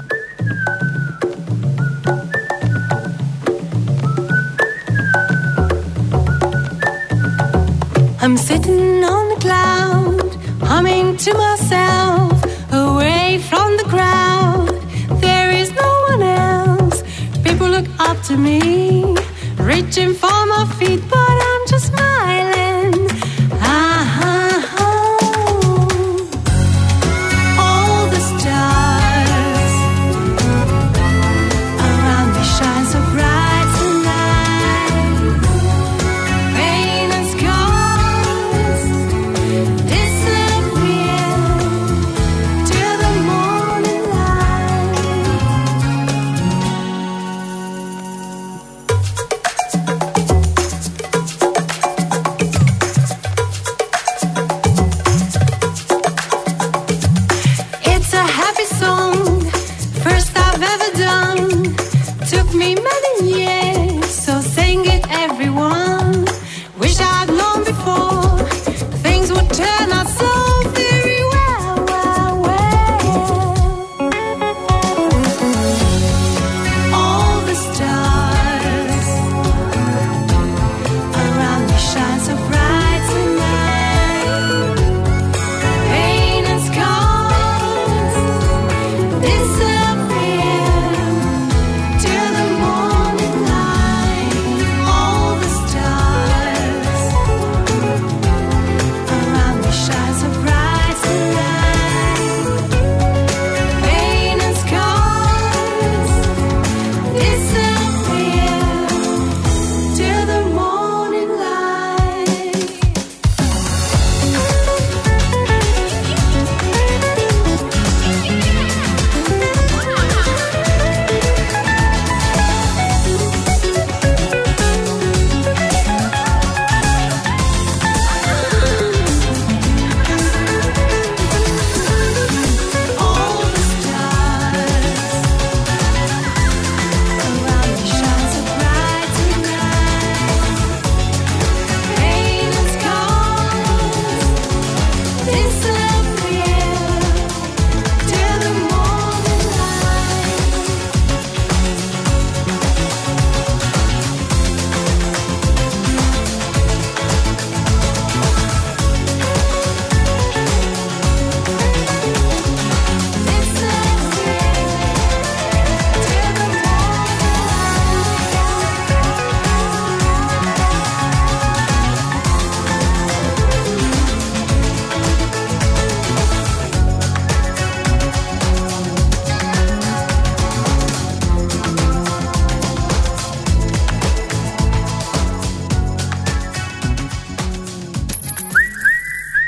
I'm sitting on the cloud, humming to myself, away from the crowd. There is no one else. People look up to me, reaching for my feet, but I'm just smiling. Ah, ah, ah. All the stars around me shine so bright tonight. Pain and scars disappear till the morning light.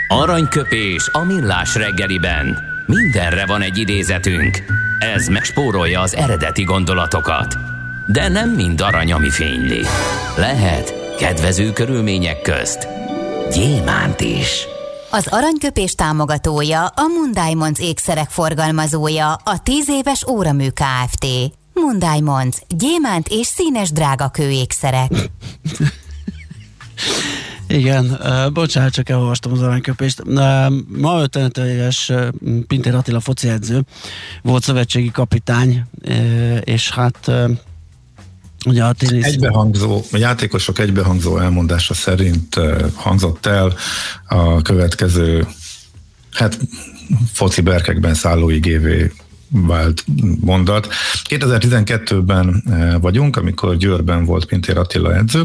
Aranyköpés a millás reggeliben. Mindenre van egy idézetünk. Ez megspórolja az eredeti gondolatokat. De nem mind arany, ami fényli. Lehet kedvező körülmények közt gyémánt is. Az aranyköpés támogatója a Mundiamonds ékszerek forgalmazója, a tíz éves Óramű Kft. Mundiamonds, gyémánt és színes drágakő ékszerek. Igen, uh, bocsánat, csak elolvastam az aranyköpést. Uh, ma ötvenöt éves uh, Pintér Attila fociedző volt szövetségi kapitány, uh, és hát uh, ugye a tenisz... Egybehangzó, a játékosok egybehangzó elmondása szerint uh, hangzott el a következő, hát foci berkekben szállóigévé vált mondat. kétezer-tizenkettőben uh, vagyunk, amikor Győrben volt Pintér Attila edző,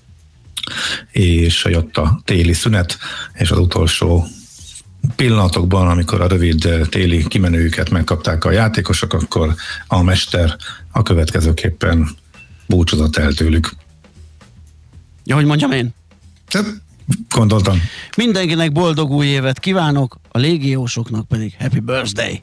és jött a téli szünet, és az utolsó pillanatokban, amikor a rövid téli kimenőjüket megkapták a játékosok, akkor a mester a következőképpen búcsúzott el tőlük. Ja, hogy mondjam én? Gondoltam. Mindenkinek boldog új évet kívánok, a légiósoknak pedig happy birthday!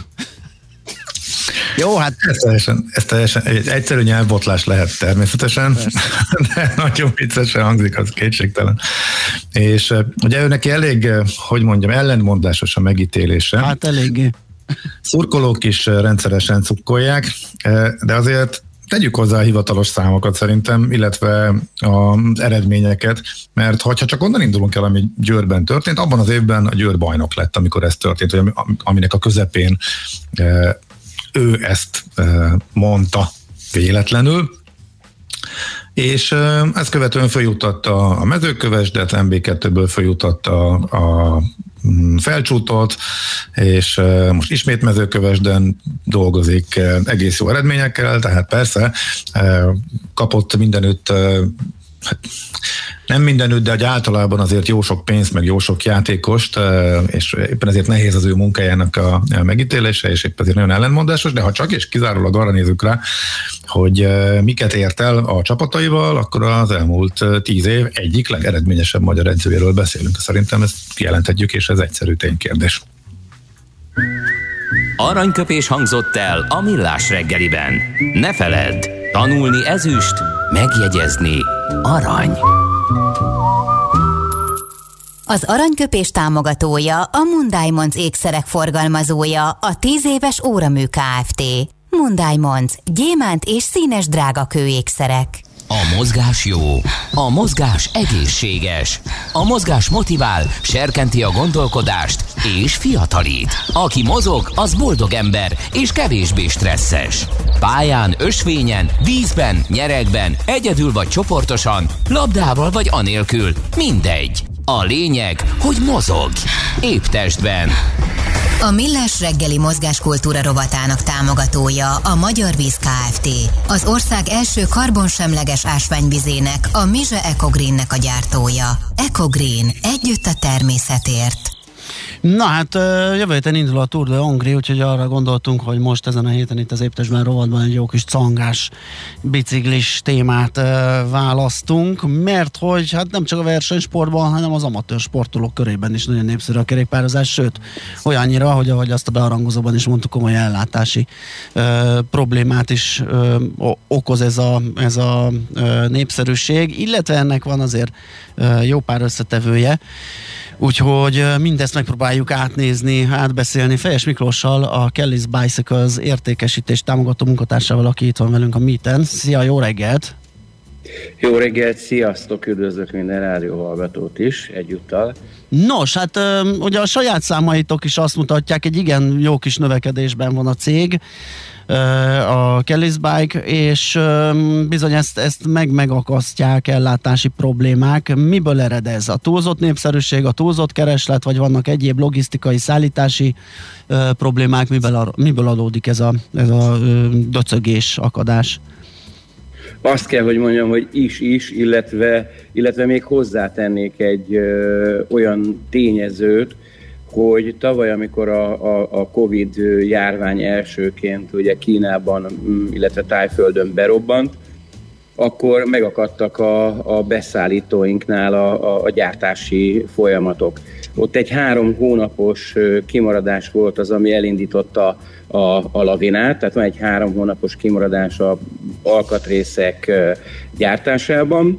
Jó, hát... Ez teljesen, ez teljesen egy egyszerű nyelvbotlás lehet természetesen, persze. De nagyon viccesen hangzik, az kétségtelen. És ugye ő neki elég, hogy mondjam, ellenmondásos a megítélése. Hát eléggé. Szurkolók is rendszeresen cukkolják, de azért tegyük hozzá a hivatalos számokat szerintem, illetve az eredményeket, mert ha csak onnan indulunk el, ami Győrben történt, abban az évben a Győr bajnok lett, amikor ez történt, aminek a közepén ő ezt mondta véletlenül, és ezt követően följutatta a Mezőkövesdet, em bé kettőből följutatta a Felcsútot, és most ismét Mezőkövesden dolgozik egész jó eredményekkel, tehát persze kapott mindenütt, hát nem mindenütt, de általában azért jó sok pénzt, meg jó sok játékost, és éppen ezért nehéz az ő munkájának a megítélése, és éppen ezért nagyon ellenmondásos, de ha csak és kizárólag arra nézzük rá, hogy miket ért el a csapataival, akkor az elmúlt tíz év egyik legeredményesebb magyar edzőjéről beszélünk. Szerintem ezt kijelenthetjük, és ez egyszerű ténykérdés. Aranyköpés hangzott el a millás reggeliben. Ne feledd, tanulni ezüst, megjegyezni arany. Az aranyköpés támogatója a Mundiamonds ékszerek forgalmazója, a tíz éves Óramű Kft. Mundiamonds, gyémánt és színes drágakő ékszerek. A mozgás jó, a mozgás egészséges, a mozgás motivál, serkenti a gondolkodást és fiatalít. Aki mozog, az boldog ember és kevésbé stresszes. Pályán, ösvényen, vízben, nyeregben, egyedül vagy csoportosan, labdával vagy anélkül, mindegy. A lényeg, hogy mozog. Épp testben. A Millás reggeli mozgáskultúra rovatának támogatója a Magyar Víz Kft. Az ország első karbonsemleges ásványvizének, a Mize Ecogreennek a gyártója. Ecogreen. Együtt a természetért. Na hát jövő héten indul a Tour de Hongrie, úgyhogy arra gondoltunk, hogy most ezen a héten itt az Éptestben rovatban egy jó kis cangás biciklis témát választunk, mert hogy hát nem csak a versenysportban, hanem az amatőr sportolók körében is nagyon népszerű a kerékpározás, sőt, olyannyira, hogy ahogy azt a beharangozóban is mondtuk, komoly ellátási ö, problémát is ö, okoz ez a, ez a ö, népszerűség, illetve ennek van azért ö, jó pár összetevője. Úgyhogy mindezt megpróbáljuk átnézni, átbeszélni Fejes Miklóssal, a Kelly's Bicycles értékesítés támogató munkatársával, aki itt van velünk a Meeten. Szia, jó reggelt! Jó reggelt, sziasztok, üdvözlök minden rádióhallgatót is egyúttal. Nos, hát ugye a saját számaitok is azt mutatják, egy igen jó kis növekedésben van a cég, a Kelly's Bike, és bizony ezt, ezt meg-megakasztják ellátási problémák. Miből ered ez? A túlzott népszerűség, a túlzott kereslet, vagy vannak egyéb logisztikai, szállítási problémák? Miből, miből adódik ez a, ez a döcögés, akadás? Azt kell, hogy mondjam, hogy is-is, illetve, illetve még hozzátennék egy ö, olyan tényezőt, hogy tavaly, amikor a, a, a Covid járvány elsőként ugye Kínában, illetve Tájföldön berobbant, akkor megakadtak a, a beszállítóinknál a, a, a gyártási folyamatok. Ott egy három hónapos kimaradás volt az, ami elindította a, a lavinát, tehát van egy három hónapos kimaradás a alkatrészek gyártásában,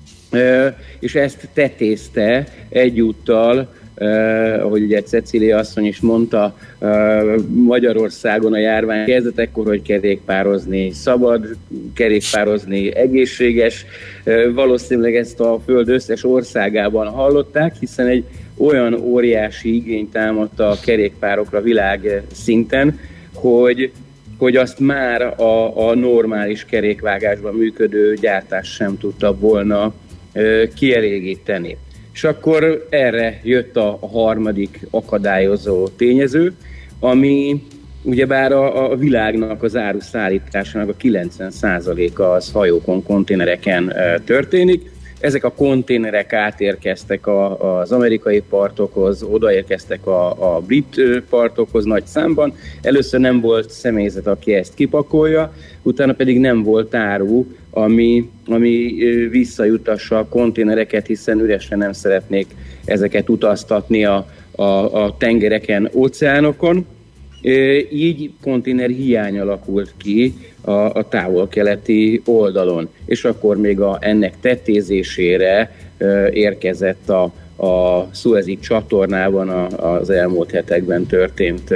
és ezt tetézte egyúttal, Uh, ahogy ugye Cecília asszony is mondta, uh, Magyarországon a járvány kezdetekkor, hogy kerékpározni szabad, kerékpározni egészséges. Uh, valószínűleg ezt a Föld összes országában hallották, hiszen egy olyan óriási igény támadta a kerékpárokra világ szinten, hogy, hogy azt már a, a normális kerékvágásban működő gyártás sem tudta volna uh, kielégíteni. És akkor erre jött a harmadik akadályozó tényező, ami ugyebár a, a világnak az áruszállításának a kilencven százaléka az hajókon, konténereken e, történik. Ezek a konténerek átérkeztek a, az amerikai partokhoz, odaérkeztek a, a brit partokhoz nagy számban. Először nem volt személyzet, aki ezt kipakolja, utána pedig nem volt áru, ami, ami visszajutassa a konténereket, hiszen üresen nem szeretnék ezeket utaztatni a, a, a tengereken, óceánokon. Így konténer hiány alakult ki a, a távol-keleti oldalon, és akkor még a, ennek tetézésére érkezett a, a Szuezi csatornában a, az elmúlt hetekben történt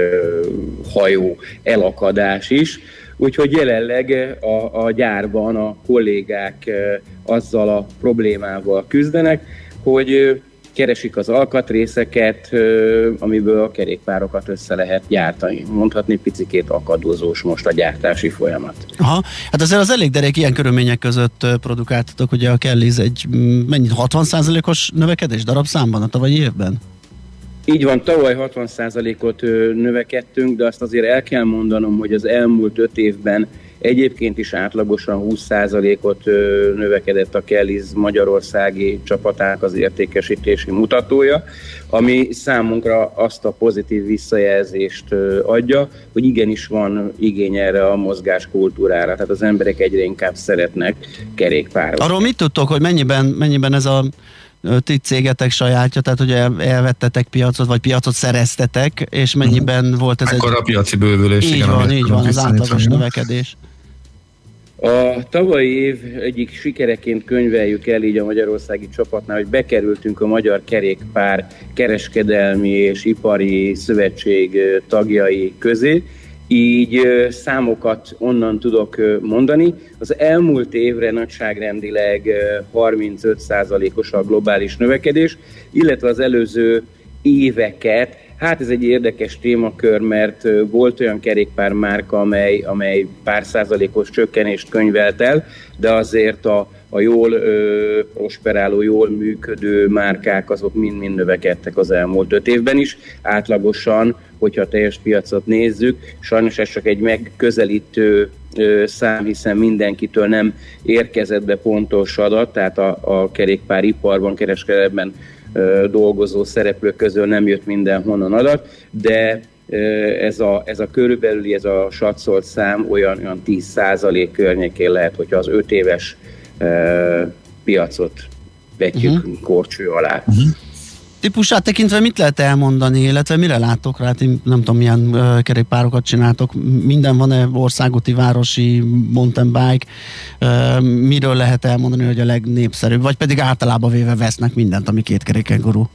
hajó elakadás is. Úgyhogy jelenleg a, a gyárban a kollégák azzal a problémával küzdenek, hogy keresik az alkatrészeket, amiből a kerékpárokat össze lehet gyártani. Mondhatni picikét akadozós most a gyártási folyamat. Aha, hát azért az elég derék ilyen körülmények között produkáltatok, ugye a Kellys egy mennyit, hatvan százalékos növekedés darabszámban a tavalyi évben? Így van, tavaly hatvan százalékot növekedtünk, de azt azért el kell mondanom, hogy az elmúlt öt évben egyébként is átlagosan húsz százalékot növekedett a Kellys magyarországi csapatának az értékesítési mutatója, ami számunkra azt a pozitív visszajelzést adja, hogy igenis van igény erre a mozgáskultúrára, tehát az emberek egyre inkább szeretnek kerékpározni. Arról mit tudtok, hogy mennyiben, mennyiben ez a ti cégetek sajátja, tehát hogy elvettetek piacot, vagy piacot szereztetek, és mennyiben uh-huh. volt ez Ekkor egy... a piaci bővülés. Így igen, van, így van, az átlagos van. növekedés. A tavalyi év egyik sikereként könyveljük el így a magyarországi csapatnál, hogy bekerültünk a Magyar Kerékpár Kereskedelmi és Ipari Szövetség tagjai közé, így számokat onnan tudok mondani. Az elmúlt évre nagyságrendileg harmincöt százalékos a globális növekedés, illetve az előző éveket, hát ez egy érdekes témakör, mert volt olyan kerékpármárka, amely, amely pár százalékos csökkenést könyvelt el, de azért a, a jól ö, prosperáló, jól működő márkák azok mind-mind növekedtek az elmúlt öt évben is. Átlagosan, hogyha a teljes piacot nézzük, sajnos ez csak egy megközelítő ö, szám, hiszen mindenkitől nem érkezett be pontos adat, tehát a, a kerékpáriparban, kereskedelemben ö, dolgozó szereplők közül nem jött mindenhonnan adat, de ez a, ez a körülbelüli, ez a satszolt szám olyan, olyan tíz százalék környékén lehet, hogyha az öt éves uh, piacot vetjük uh-huh. korcső alá. Uh-huh. Típusát tekintve mit lehet elmondani, illetve mire láttok rá? Én nem tudom, milyen uh, kerékpárokat csináltok. Minden van-e országúti, városi, mountain bike? Uh, miről lehet elmondani, hogy a legnépszerűbb? Vagy pedig általában véve vesznek mindent, ami két keréken gurul?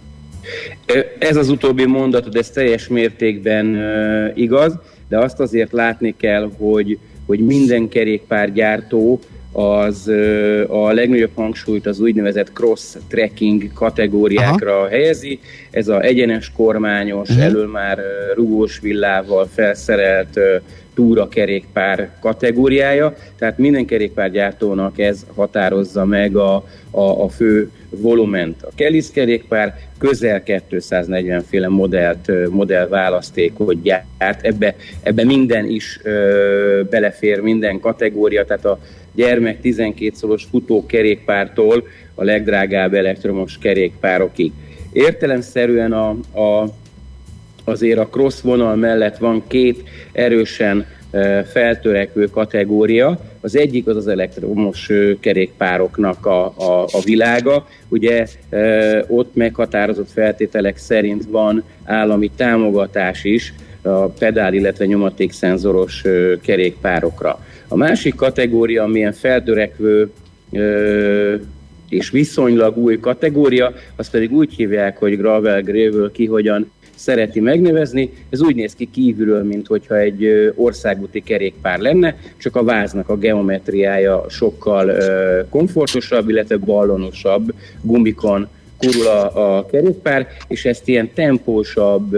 Ez az utóbbi mondatod, ez teljes mértékben uh, igaz, de azt azért látni kell, hogy, hogy minden kerékpárgyártó az uh, a legnagyobb hangsúlyt az úgynevezett cross-trekking kategóriákra Aha. helyezi. Ez a egyenes kormányos, uh-huh. elől már uh, rugós villával felszerelt uh, túrakerékpár kategóriája, tehát minden kerékpárgyártónak ez határozza meg a, a, a fő volument. A Kellys kerékpár közel kétszáznegyven féle modellt, modell választékot gyárt, ebbe, ebbe minden is ö, belefér, minden kategória, tehát a gyermek tizenkét szoros futókerékpártól a legdrágább elektromos kerékpárokig. Értelemszerűen a, a azért a cross vonal mellett van két erősen feltörekvő kategória. Az egyik az az elektromos kerékpároknak a, a, a világa. Ugye ott meghatározott feltételek szerint van állami támogatás is a pedál, illetve nyomatékszenzoros kerékpárokra. A másik kategória, amilyen feltörekvő és viszonylag új kategória, azt pedig úgy hívják, hogy gravel, gravel, ki hogyan szereti megnevezni. Ez úgy néz ki kívülről, mint hogyha egy országúti kerékpár lenne, csak a váznak a geometriája sokkal komfortosabb, illetve ballonosabb, gumikon kurul a, a kerékpár, és ezt ilyen tempósabb,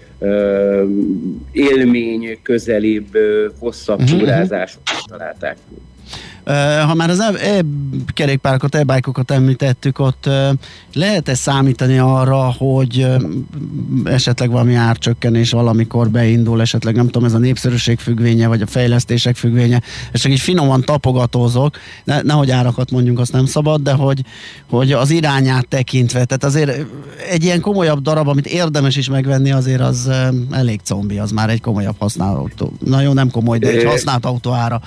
élmény közelibb, hosszabb túrázásokra találták. Ha már az e-kerékpárokat, e-bike-okat említettük, ott lehet-e számítani arra, hogy esetleg valami árcsökkenés valamikor beindul, esetleg nem tudom, ez a népszerűség függvénye, vagy a fejlesztések függvénye, és csak így finoman tapogatózok, ne, nehogy árakat mondjunk, azt nem szabad, de hogy, hogy az irányát tekintve, tehát azért egy ilyen komolyabb darab, amit érdemes is megvenni, azért az elég combi, az már egy komolyabb használt autó. Na jó, nem komoly, de egy használt autó ára.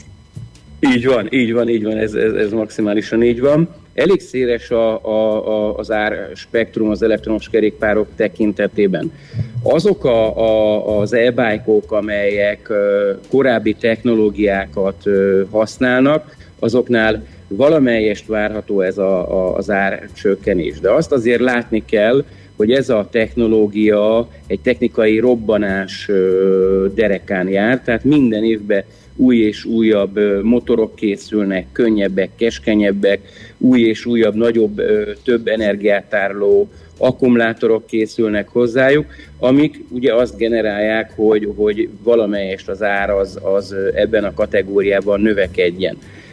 Így van, így van, így van, ez, ez, ez maximálisan így van. Elég széles a, a, a, az ár spektrum az elektromos kerékpárok tekintetében. Azok a, a, az e-bike-ok, amelyek korábbi technológiákat használnak, azoknál valamelyest várható ez a, a, az árcsökkenés. De azt azért látni kell, hogy ez a technológia egy technikai robbanás derekán jár, tehát minden évben új és újabb motorok készülnek, könnyebbek, keskenyebbek, új és újabb, nagyobb, több energiát tároló akkumulátorok készülnek hozzájuk, amik ugye azt generálják, hogy, hogy valamelyest az ár az, az ebben a kategóriában növekedjen.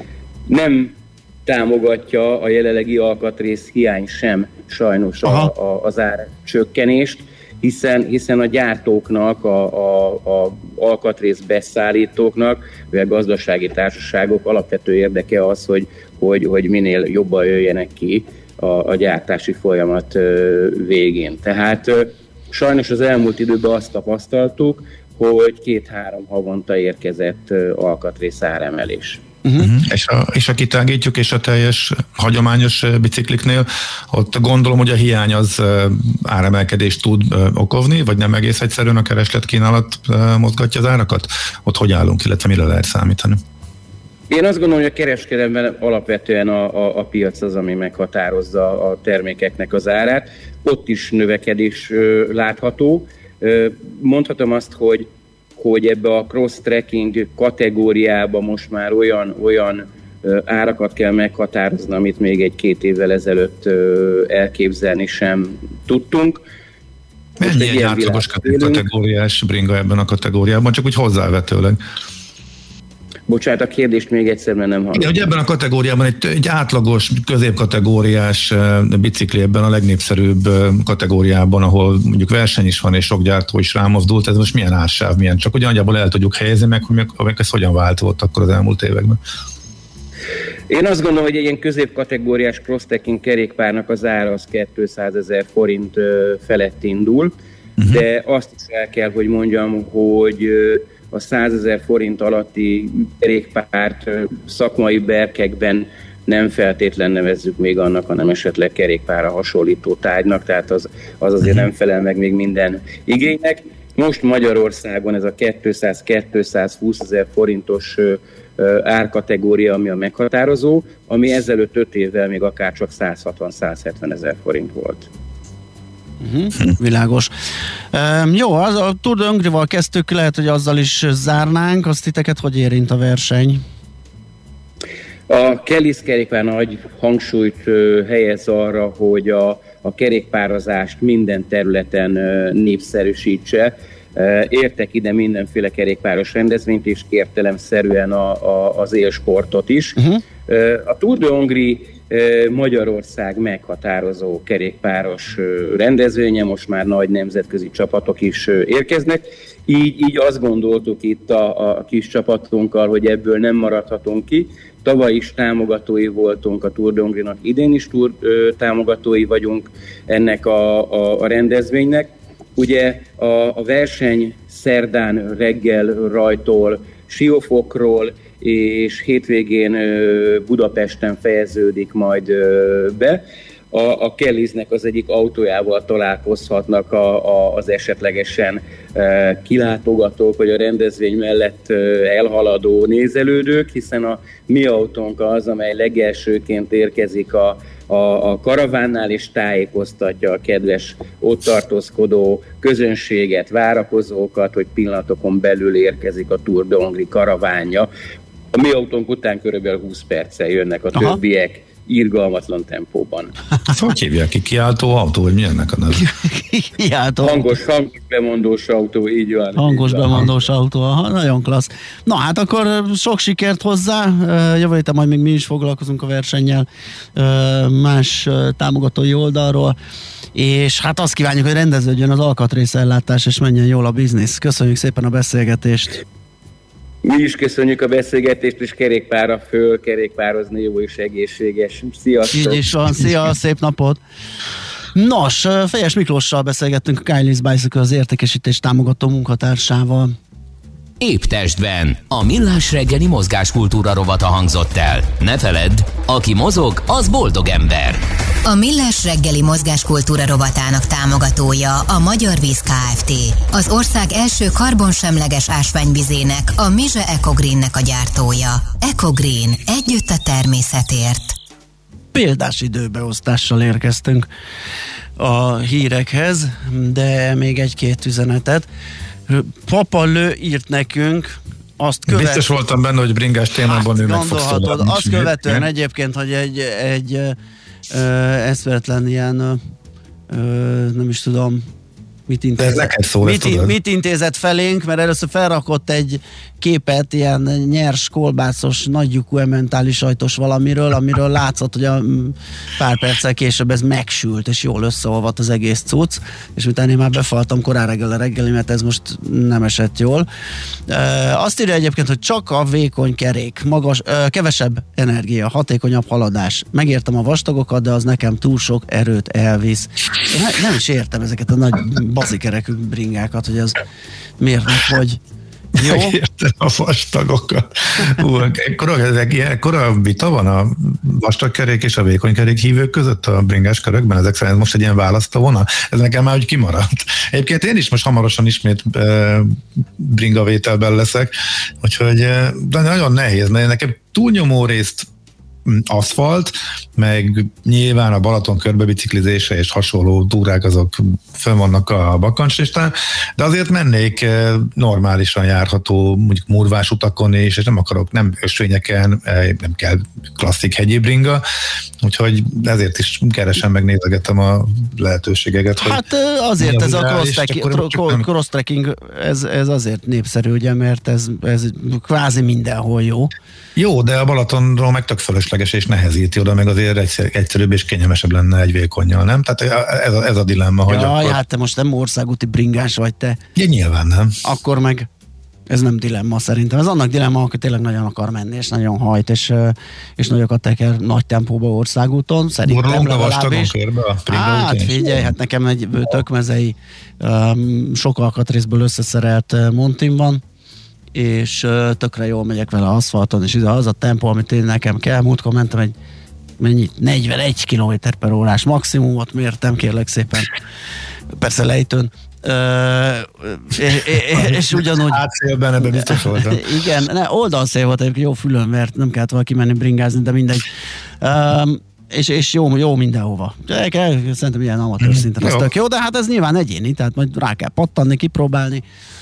Nem támogatja a jelenlegi alkatrész hiány sem sajnos a, a, az ár csökkenést, hiszen, hiszen a gyártóknak, a, a, a alkatrész beszállítóknak, vagy a gazdasági társaságok alapvető érdeke az, hogy, hogy, hogy minél jobban jöjjenek ki a, a gyártási folyamat végén. Tehát sajnos az elmúlt időben azt tapasztaltuk, hogy két-három havonta érkezett alkatrész áremelés. Uh-huh. És, a, és ha kitágítjuk, és a teljes hagyományos bicikliknél, ott gondolom, hogy a hiány az áremelkedést tud okozni, vagy nem egész egyszerűen a kereslet-kínálat mozgatja az árakat? Ott hogy állunk, illetve mire lehet számítani? Én azt gondolom, hogy a kereskedelemben alapvetően a, a, a piac az, ami meghatározza a termékeknek az árát. Ott is növekedés ö, látható. Ö, mondhatom azt, hogy hogy ebbe a cross-tracking kategóriába most már olyan, olyan ö, árakat kell meghatározni, amit még egy-két évvel ezelőtt ö, elképzelni sem tudtunk. Mennyi egy, egy átlagos kategóriás bringa ebben a kategóriában, csak úgy hozzávetőleg? Bocsánat, a kérdést még egyszer, mert nem hallom. Igen, hogy ebben a kategóriában egy, egy átlagos, középkategóriás bicikli ebben a legnépszerűbb kategóriában, ahol mondjuk verseny is van, és sok gyártó is rámozdult, ez most milyen ársáv, milyen? Csak hogy nagyjából el tudjuk helyezni meg, hogy meg ez hogyan változott akkor az elmúlt években. Én azt gondolom, hogy egy ilyen középkategóriás cross-tracking kerékpárnak az ára az kétszázezer forint felett indul, uh-huh. de azt is el kell, hogy mondjam, hogy a százezer forint alatti kerékpárt szakmai berkekben nem feltétlen nevezzük még annak, hanem esetleg kerékpárra hasonlító tárgynak, tehát az, az azért nem felel meg még minden igénynek. Most Magyarországon ez a kétszáz-kétszázhúsz ezer forintos árkategória, ami a meghatározó, ami ezelőtt öt évvel még akár csak száz hatvan-száz hetven ezer forint volt. Uh-huh, világos. Um, jó, az, a Tour de Hongrie-val kezdtük, lehet, hogy azzal is zárnánk. Azt titeket hogy érint a verseny? A Kelly's kerékpár nagy hangsúlyt uh, helyez arra, hogy a, a kerékpározást minden területen uh, népszerűsítse. Uh, értek ide mindenféle kerékpáros rendezvényt, és értelemszerűen a, a, az élsportot is. Uh-huh. Uh, a Tour de Hongrie Magyarország meghatározó kerékpáros rendezvénye, most már nagy nemzetközi csapatok is érkeznek. Így, így azt gondoltuk itt a, a kis csapatunkkal, hogy ebből nem maradhatunk ki. Tavaly is támogatói voltunk a Tour de Hongrie-nak, idén is tour, támogatói vagyunk ennek a, a, a rendezvénynek. Ugye a, a verseny szerdán reggel rajtól Siófokról, és hétvégén Budapesten fejeződik majd be. A, a Kelliznek az egyik autójával találkozhatnak a, a, az esetlegesen e, kilátogatók, vagy a rendezvény mellett e, elhaladó nézelődők, hiszen a mi autónk az, amely legelsőként érkezik a, a, a karavánnál, és tájékoztatja a kedves ott tartózkodó közönséget, várakozókat, hogy pillanatokon belül érkezik a Tour de Hongrie karavánja. A mi autónk után körülbelül húsz perccel jönnek a Aha. többiek, irgalmatlan tempóban. Hát hogy hívják ki? Kiáltó autó, vagy mi ennek a neve? Kiáltó hangos, hangos bemondós autó, így van. Hangos így bemondós van. autó, aha, nagyon klassz. Na hát akkor sok sikert hozzá, jövő héten majd még mi is foglalkozunk a versennyel más támogatói oldalról, és hát azt kívánjuk, hogy rendeződjön az alkatrészellátás, és menjen jól a biznisz. Köszönjük szépen a beszélgetést! Mi is köszönjük a beszélgetést, és kerékpárra föl, kerékpározni jó és egészséges. Sziasztok! Így is van, szia, szép napot! Nos, Fejes Miklóssal beszélgettünk, a Kylie's Bicycle az értékesítés támogató munkatársával. Épp testben a Millás reggeli mozgáskultúra rovata hangzott el. Ne feledd, aki mozog, az boldog ember. A Millás reggeli mozgáskultúra rovatának támogatója a Magyar Víz Kft. Az ország első karbonsemleges ásványvizének, a Mize Ecogreennek a gyártója. Ecogreen. Együtt a természetért. Példás időbeosztással érkeztünk a hírekhez, de még egy-két üzenetet. Papa Lő írt nekünk, azt követ... Biztos voltam benne, hogy bringás témában ő meg fog szólalni. Azt követően egyébként, hogy egy, egy ö, eszvetlen ilyen ö, nem is tudom mit intézett, szó, mit, mit intézett felénk, mert először felrakott egy képet, ilyen nyers, kolbászos, nagylyukú ementális sajtos valamiről, amiről látszott, hogy a pár perccel később ez megsült, és jól összeolvadt az egész cucc, és utána én már befaltam korán reggel a reggeli, mert ez most nem esett jól. E, azt írja egyébként, hogy csak a vékony kerék, magas, e, kevesebb energia, hatékonyabb haladás. Megértem a vastagokat, de az nekem túl sok erőt elvisz. Ne, nem is értem ezeket a nagy bazikerekű bringákat, hogy ez miért nem, hogy jó. Megértem a vastagokat. Hú, ekkora vita van a vastagkerék és a vékonykerék hívők között a bringás körökben, ezek szerint most egy ilyen választóvonal. Ez nekem már úgy kimaradt. Egyébként én is most hamarosan ismét e, bringavételben leszek, úgyhogy de nagyon nehéz, mert nekem túlnyomó részt aszfalt, meg nyilván a Balaton körbebiciklizése és hasonló túrák azok fönn vannak a bakancslistán, de azért mennék normálisan járható, mondjuk murvás utakon is, és nem akarok, nem ösvényeken, nem kell klasszik hegyi bringa, úgyhogy ezért is keresem, megnézegetem a lehetőségeket. Hát azért ez a cross-trekking, ez, ez azért népszerű, ugye, mert ez, ez kvázi mindenhol jó. Jó, de a Balatonról meg tök fölösleges és nehezíti oda, meg azért egyszer, egyszerűbb és kényelmesebb lenne egy vékonnyal, nem? Tehát ez a, ez a dilemma, hogy Jaj, akkor... hát te most nem országúti bringás vagy te. Ja, nyilván nem. Akkor meg ez nem dilemma szerintem. Ez annak dilemma, aki tényleg nagyon akar menni, és nagyon hajt, és, és nagyokat teker nagy tempóba országúton. Szerintem legalábbis. Hát figyelj, hát nekem egy tökmezei um, sok alkatrészből összeszerelt Montim van, és uh, tökre jól megyek vele aszfalton, és az a tempó, amit én nekem kell. Múltkor mentem egy mennyit? negyvenegy kilométer per órás maximumot mértem, kérlek szépen. Persze lejtőn. Uh, és, és ugyanúgy... Átszélben ebben biztos voltam. Igen, ne, oldalszél volt, egyébként jó fülön, mert nem kellett volna kimenni bringázni, de mindegy. Um, és, és jó, jó mindenhova. Szerintem ilyen amatőr szinten az tök jó, de hát ez nyilván egyéni, tehát majd rá kell pattanni, kipróbálni.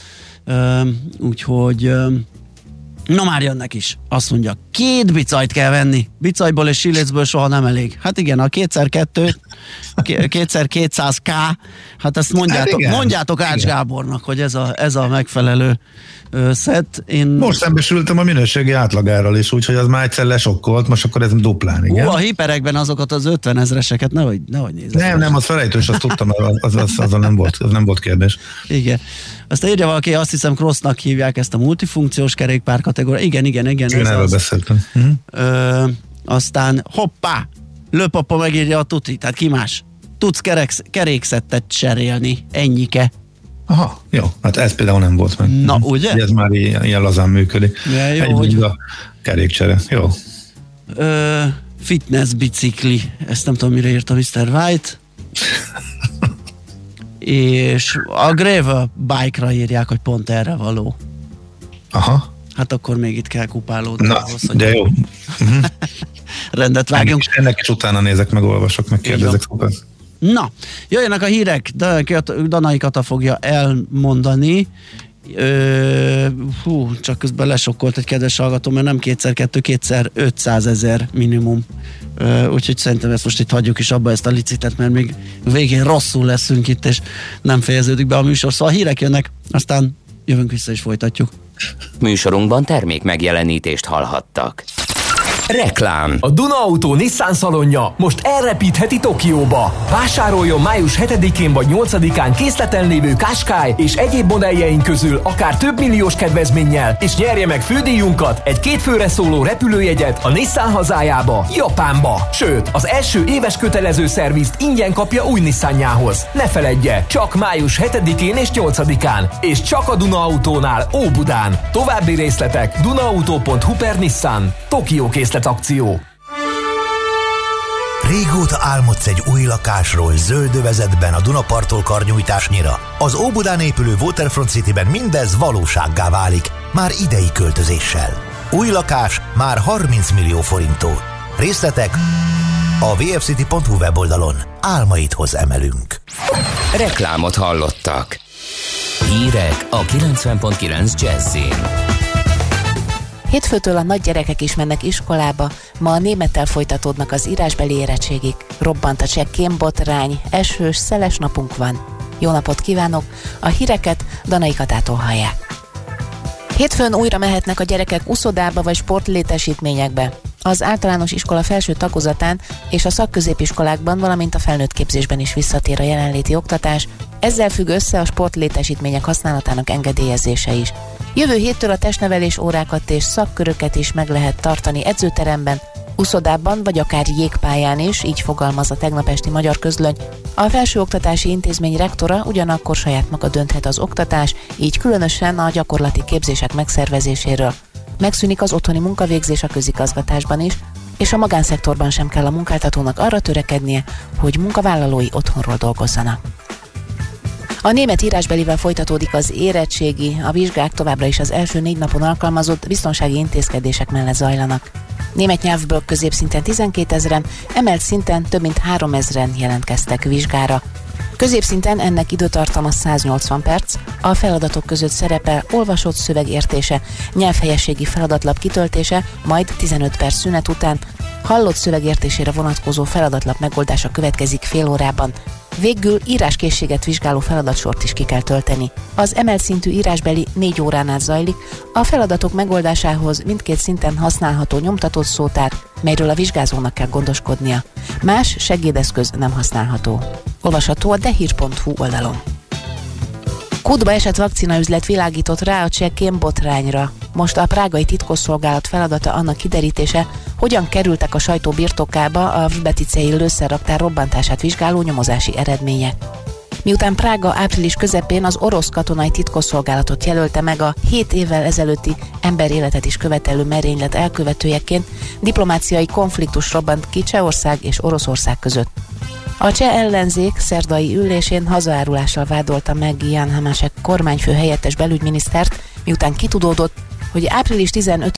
Um, úgyhogy um, na már jönnek is. Azt mondja, két bicajt kell venni. Bicajból és silécből soha nem elég. Hát igen, a kétszer kettő, kétszer kétszáz ká, hát ezt mondjátok, hát mondjátok Ács igen. Gábornak, hogy ez a, ez a megfelelő ö, szett. Én... Most szembesültem a minőségi átlagárral is, úgyhogy az már egyszer lesokkolt, most akkor ez duplán, igen. Ó, a hiperekben azokat az ötven ezreseket nehogy, nehogy nézzek. Nem, nem, az felejtős, azt tudtam, az, az, az, az, nem volt, az nem volt kérdés. Igen. Azt írja valaki, azt hiszem crossnak hívják ezt a multifunkciós kerékpár kategóriát. Igen, igen, igen. Én erről beszéltem. Uh-huh. Ö, aztán hoppá, Lőpapa megírja a tuti, tehát ki más? Tudsz kereksz, kerékszettet cserélni, ennyike. Aha, jó, hát ez például nem volt meg. Na, ugye? Ez már ilyen, ilyen lazán működik. Ja, jó, egy hogy... a kerékcsere, jó. Ö, fitness bicikli, ezt nem tudom, mire írta miszter White. És a gravel bike-ra írják, hogy pont erre való. Aha. Hát akkor még itt kell kupálódni. Na, ahhoz, hogy de jó. Uh-huh. Rendet vágjunk. Ennek is, ennek is utána nézek, meg olvasok, meg kérdezek szépen. Na, jöjjenek a hírek, Danai Kata fogja elmondani. Ö, hú, csak közben lesokkolt egy kedves hallgató, mert nem kétszer kettő, kétszer ötszázezer minimum. Ö, úgyhogy szerintem ezt most itt hagyjuk is abba, ezt a licitet, mert még végén rosszul leszünk itt, és nem fejeződik be a műsor. Szóval a hírek jönnek, aztán jövünk vissza és folytatjuk. Műsorunkban termék megjelenítést hallhattak. Reklám. A Duna Auto Nissan szalonja most elrepítheti Tokióba. Vásároljon május hetedikén vagy nyolcadikán készleten lévő Qashqai és egyéb modelljeink közül akár több milliós kedvezménnyel, és nyerje meg fődíjunkat, egy két főre szóló repülőjegyet a Nissan hazájába, Japánba. Sőt, az első éves kötelező szervizt ingyen kapja új Nissanjához. Ne feledje, csak május hetedikén és nyolcadikán, és csak a Duna Autónál Óbudán. További részletek dunaauto pont hu per Nissan. Tokió készlet akció. Régóta álmodsz egy új lakásról zöld övezetben a Dunaparttól karnyújtásnyira. Az Óbudán épülő Waterfront Cityben mindez valósággá válik, már idei költözéssel. Új lakás már harminc millió forinttól. Részletek a double-u double-u double-u pont hu weboldalon. Álmaidhoz emelünk. Reklámot hallottak. Hírek a kilencven pont kilenc Jazzin. Hétfőtől a nagy gyerekek is mennek iskolába, ma a némettel folytatódnak az írásbeli érettségik. Robbant a cseh kémbotrány, esős, szeles napunk van. Jó napot kívánok, a híreket Danai Katától hallják. Hétfőn újra mehetnek a gyerekek uszodába vagy sportlétesítményekbe. Az általános iskola felső tagozatán és a szakközépiskolákban, valamint a felnőtt képzésben is visszatér a jelenléti oktatás. Ezzel függ össze a sportlétesítmények használatának engedélyezése is. Jövő héttől a testnevelés órákat és szakköröket is meg lehet tartani edzőteremben, uszodában vagy akár jégpályán is, így fogalmaz a tegnap esti Magyar Közlöny. A felsőoktatási intézmény rektora ugyanakkor saját maga dönthet az oktatás, így különösen a gyakorlati képzések megszervezéséről. Megszűnik az otthoni munkavégzés a közigazgatásban is, és a magánszektorban sem kell a munkáltatónak arra törekednie, hogy munkavállalói otthonról dolgozzanak. A német írásbelivel folytatódik az érettségi, a vizsgák továbbra is az első négy napon alkalmazott biztonsági intézkedések mellett zajlanak. Német nyelvből középszinten tizenkétezren, emelt szinten több mint háromezren jelentkeztek vizsgára. Középszinten ennek időtartama száznyolcvan perc, a feladatok között szerepel olvasott szöveg értése, nyelvhelyességi feladatlap kitöltése, majd tizenöt perc szünet után hallott szöveg értésére vonatkozó feladatlap megoldása következik fél órában. Végül íráskészséget vizsgáló feladatsort is ki kell tölteni. Az emelt szintű írásbeli négy órán át zajlik, a feladatok megoldásához mindkét szinten használható nyomtatott szótár, melyről a vizsgázónak kell gondoskodnia. Más segédeszköz nem használható. Olvasható a dehír pont hu oldalon. Kútba esett vakcinaüzlet világított rá a cseh kémbotrányra. Most a prágai titkosszolgálat feladata annak kiderítése, hogyan kerültek a sajtó birtokába a Vbeticei lőszerraktár robbantását vizsgáló nyomozási eredmények. Miután Prága április közepén az orosz katonai titkosszolgálatot jelölte meg a hét évvel ezelőtti emberéletet is követelő merénylet elkövetőjeként, diplomáciai konfliktus robbant ki Csehország és Oroszország között. A cseh ellenzék szerdai ülésén hazaárulással vádolta meg Jan Hamácsek kormányfő helyettes belügyminisztert, miután kitudódott, hogy április tizenötödikén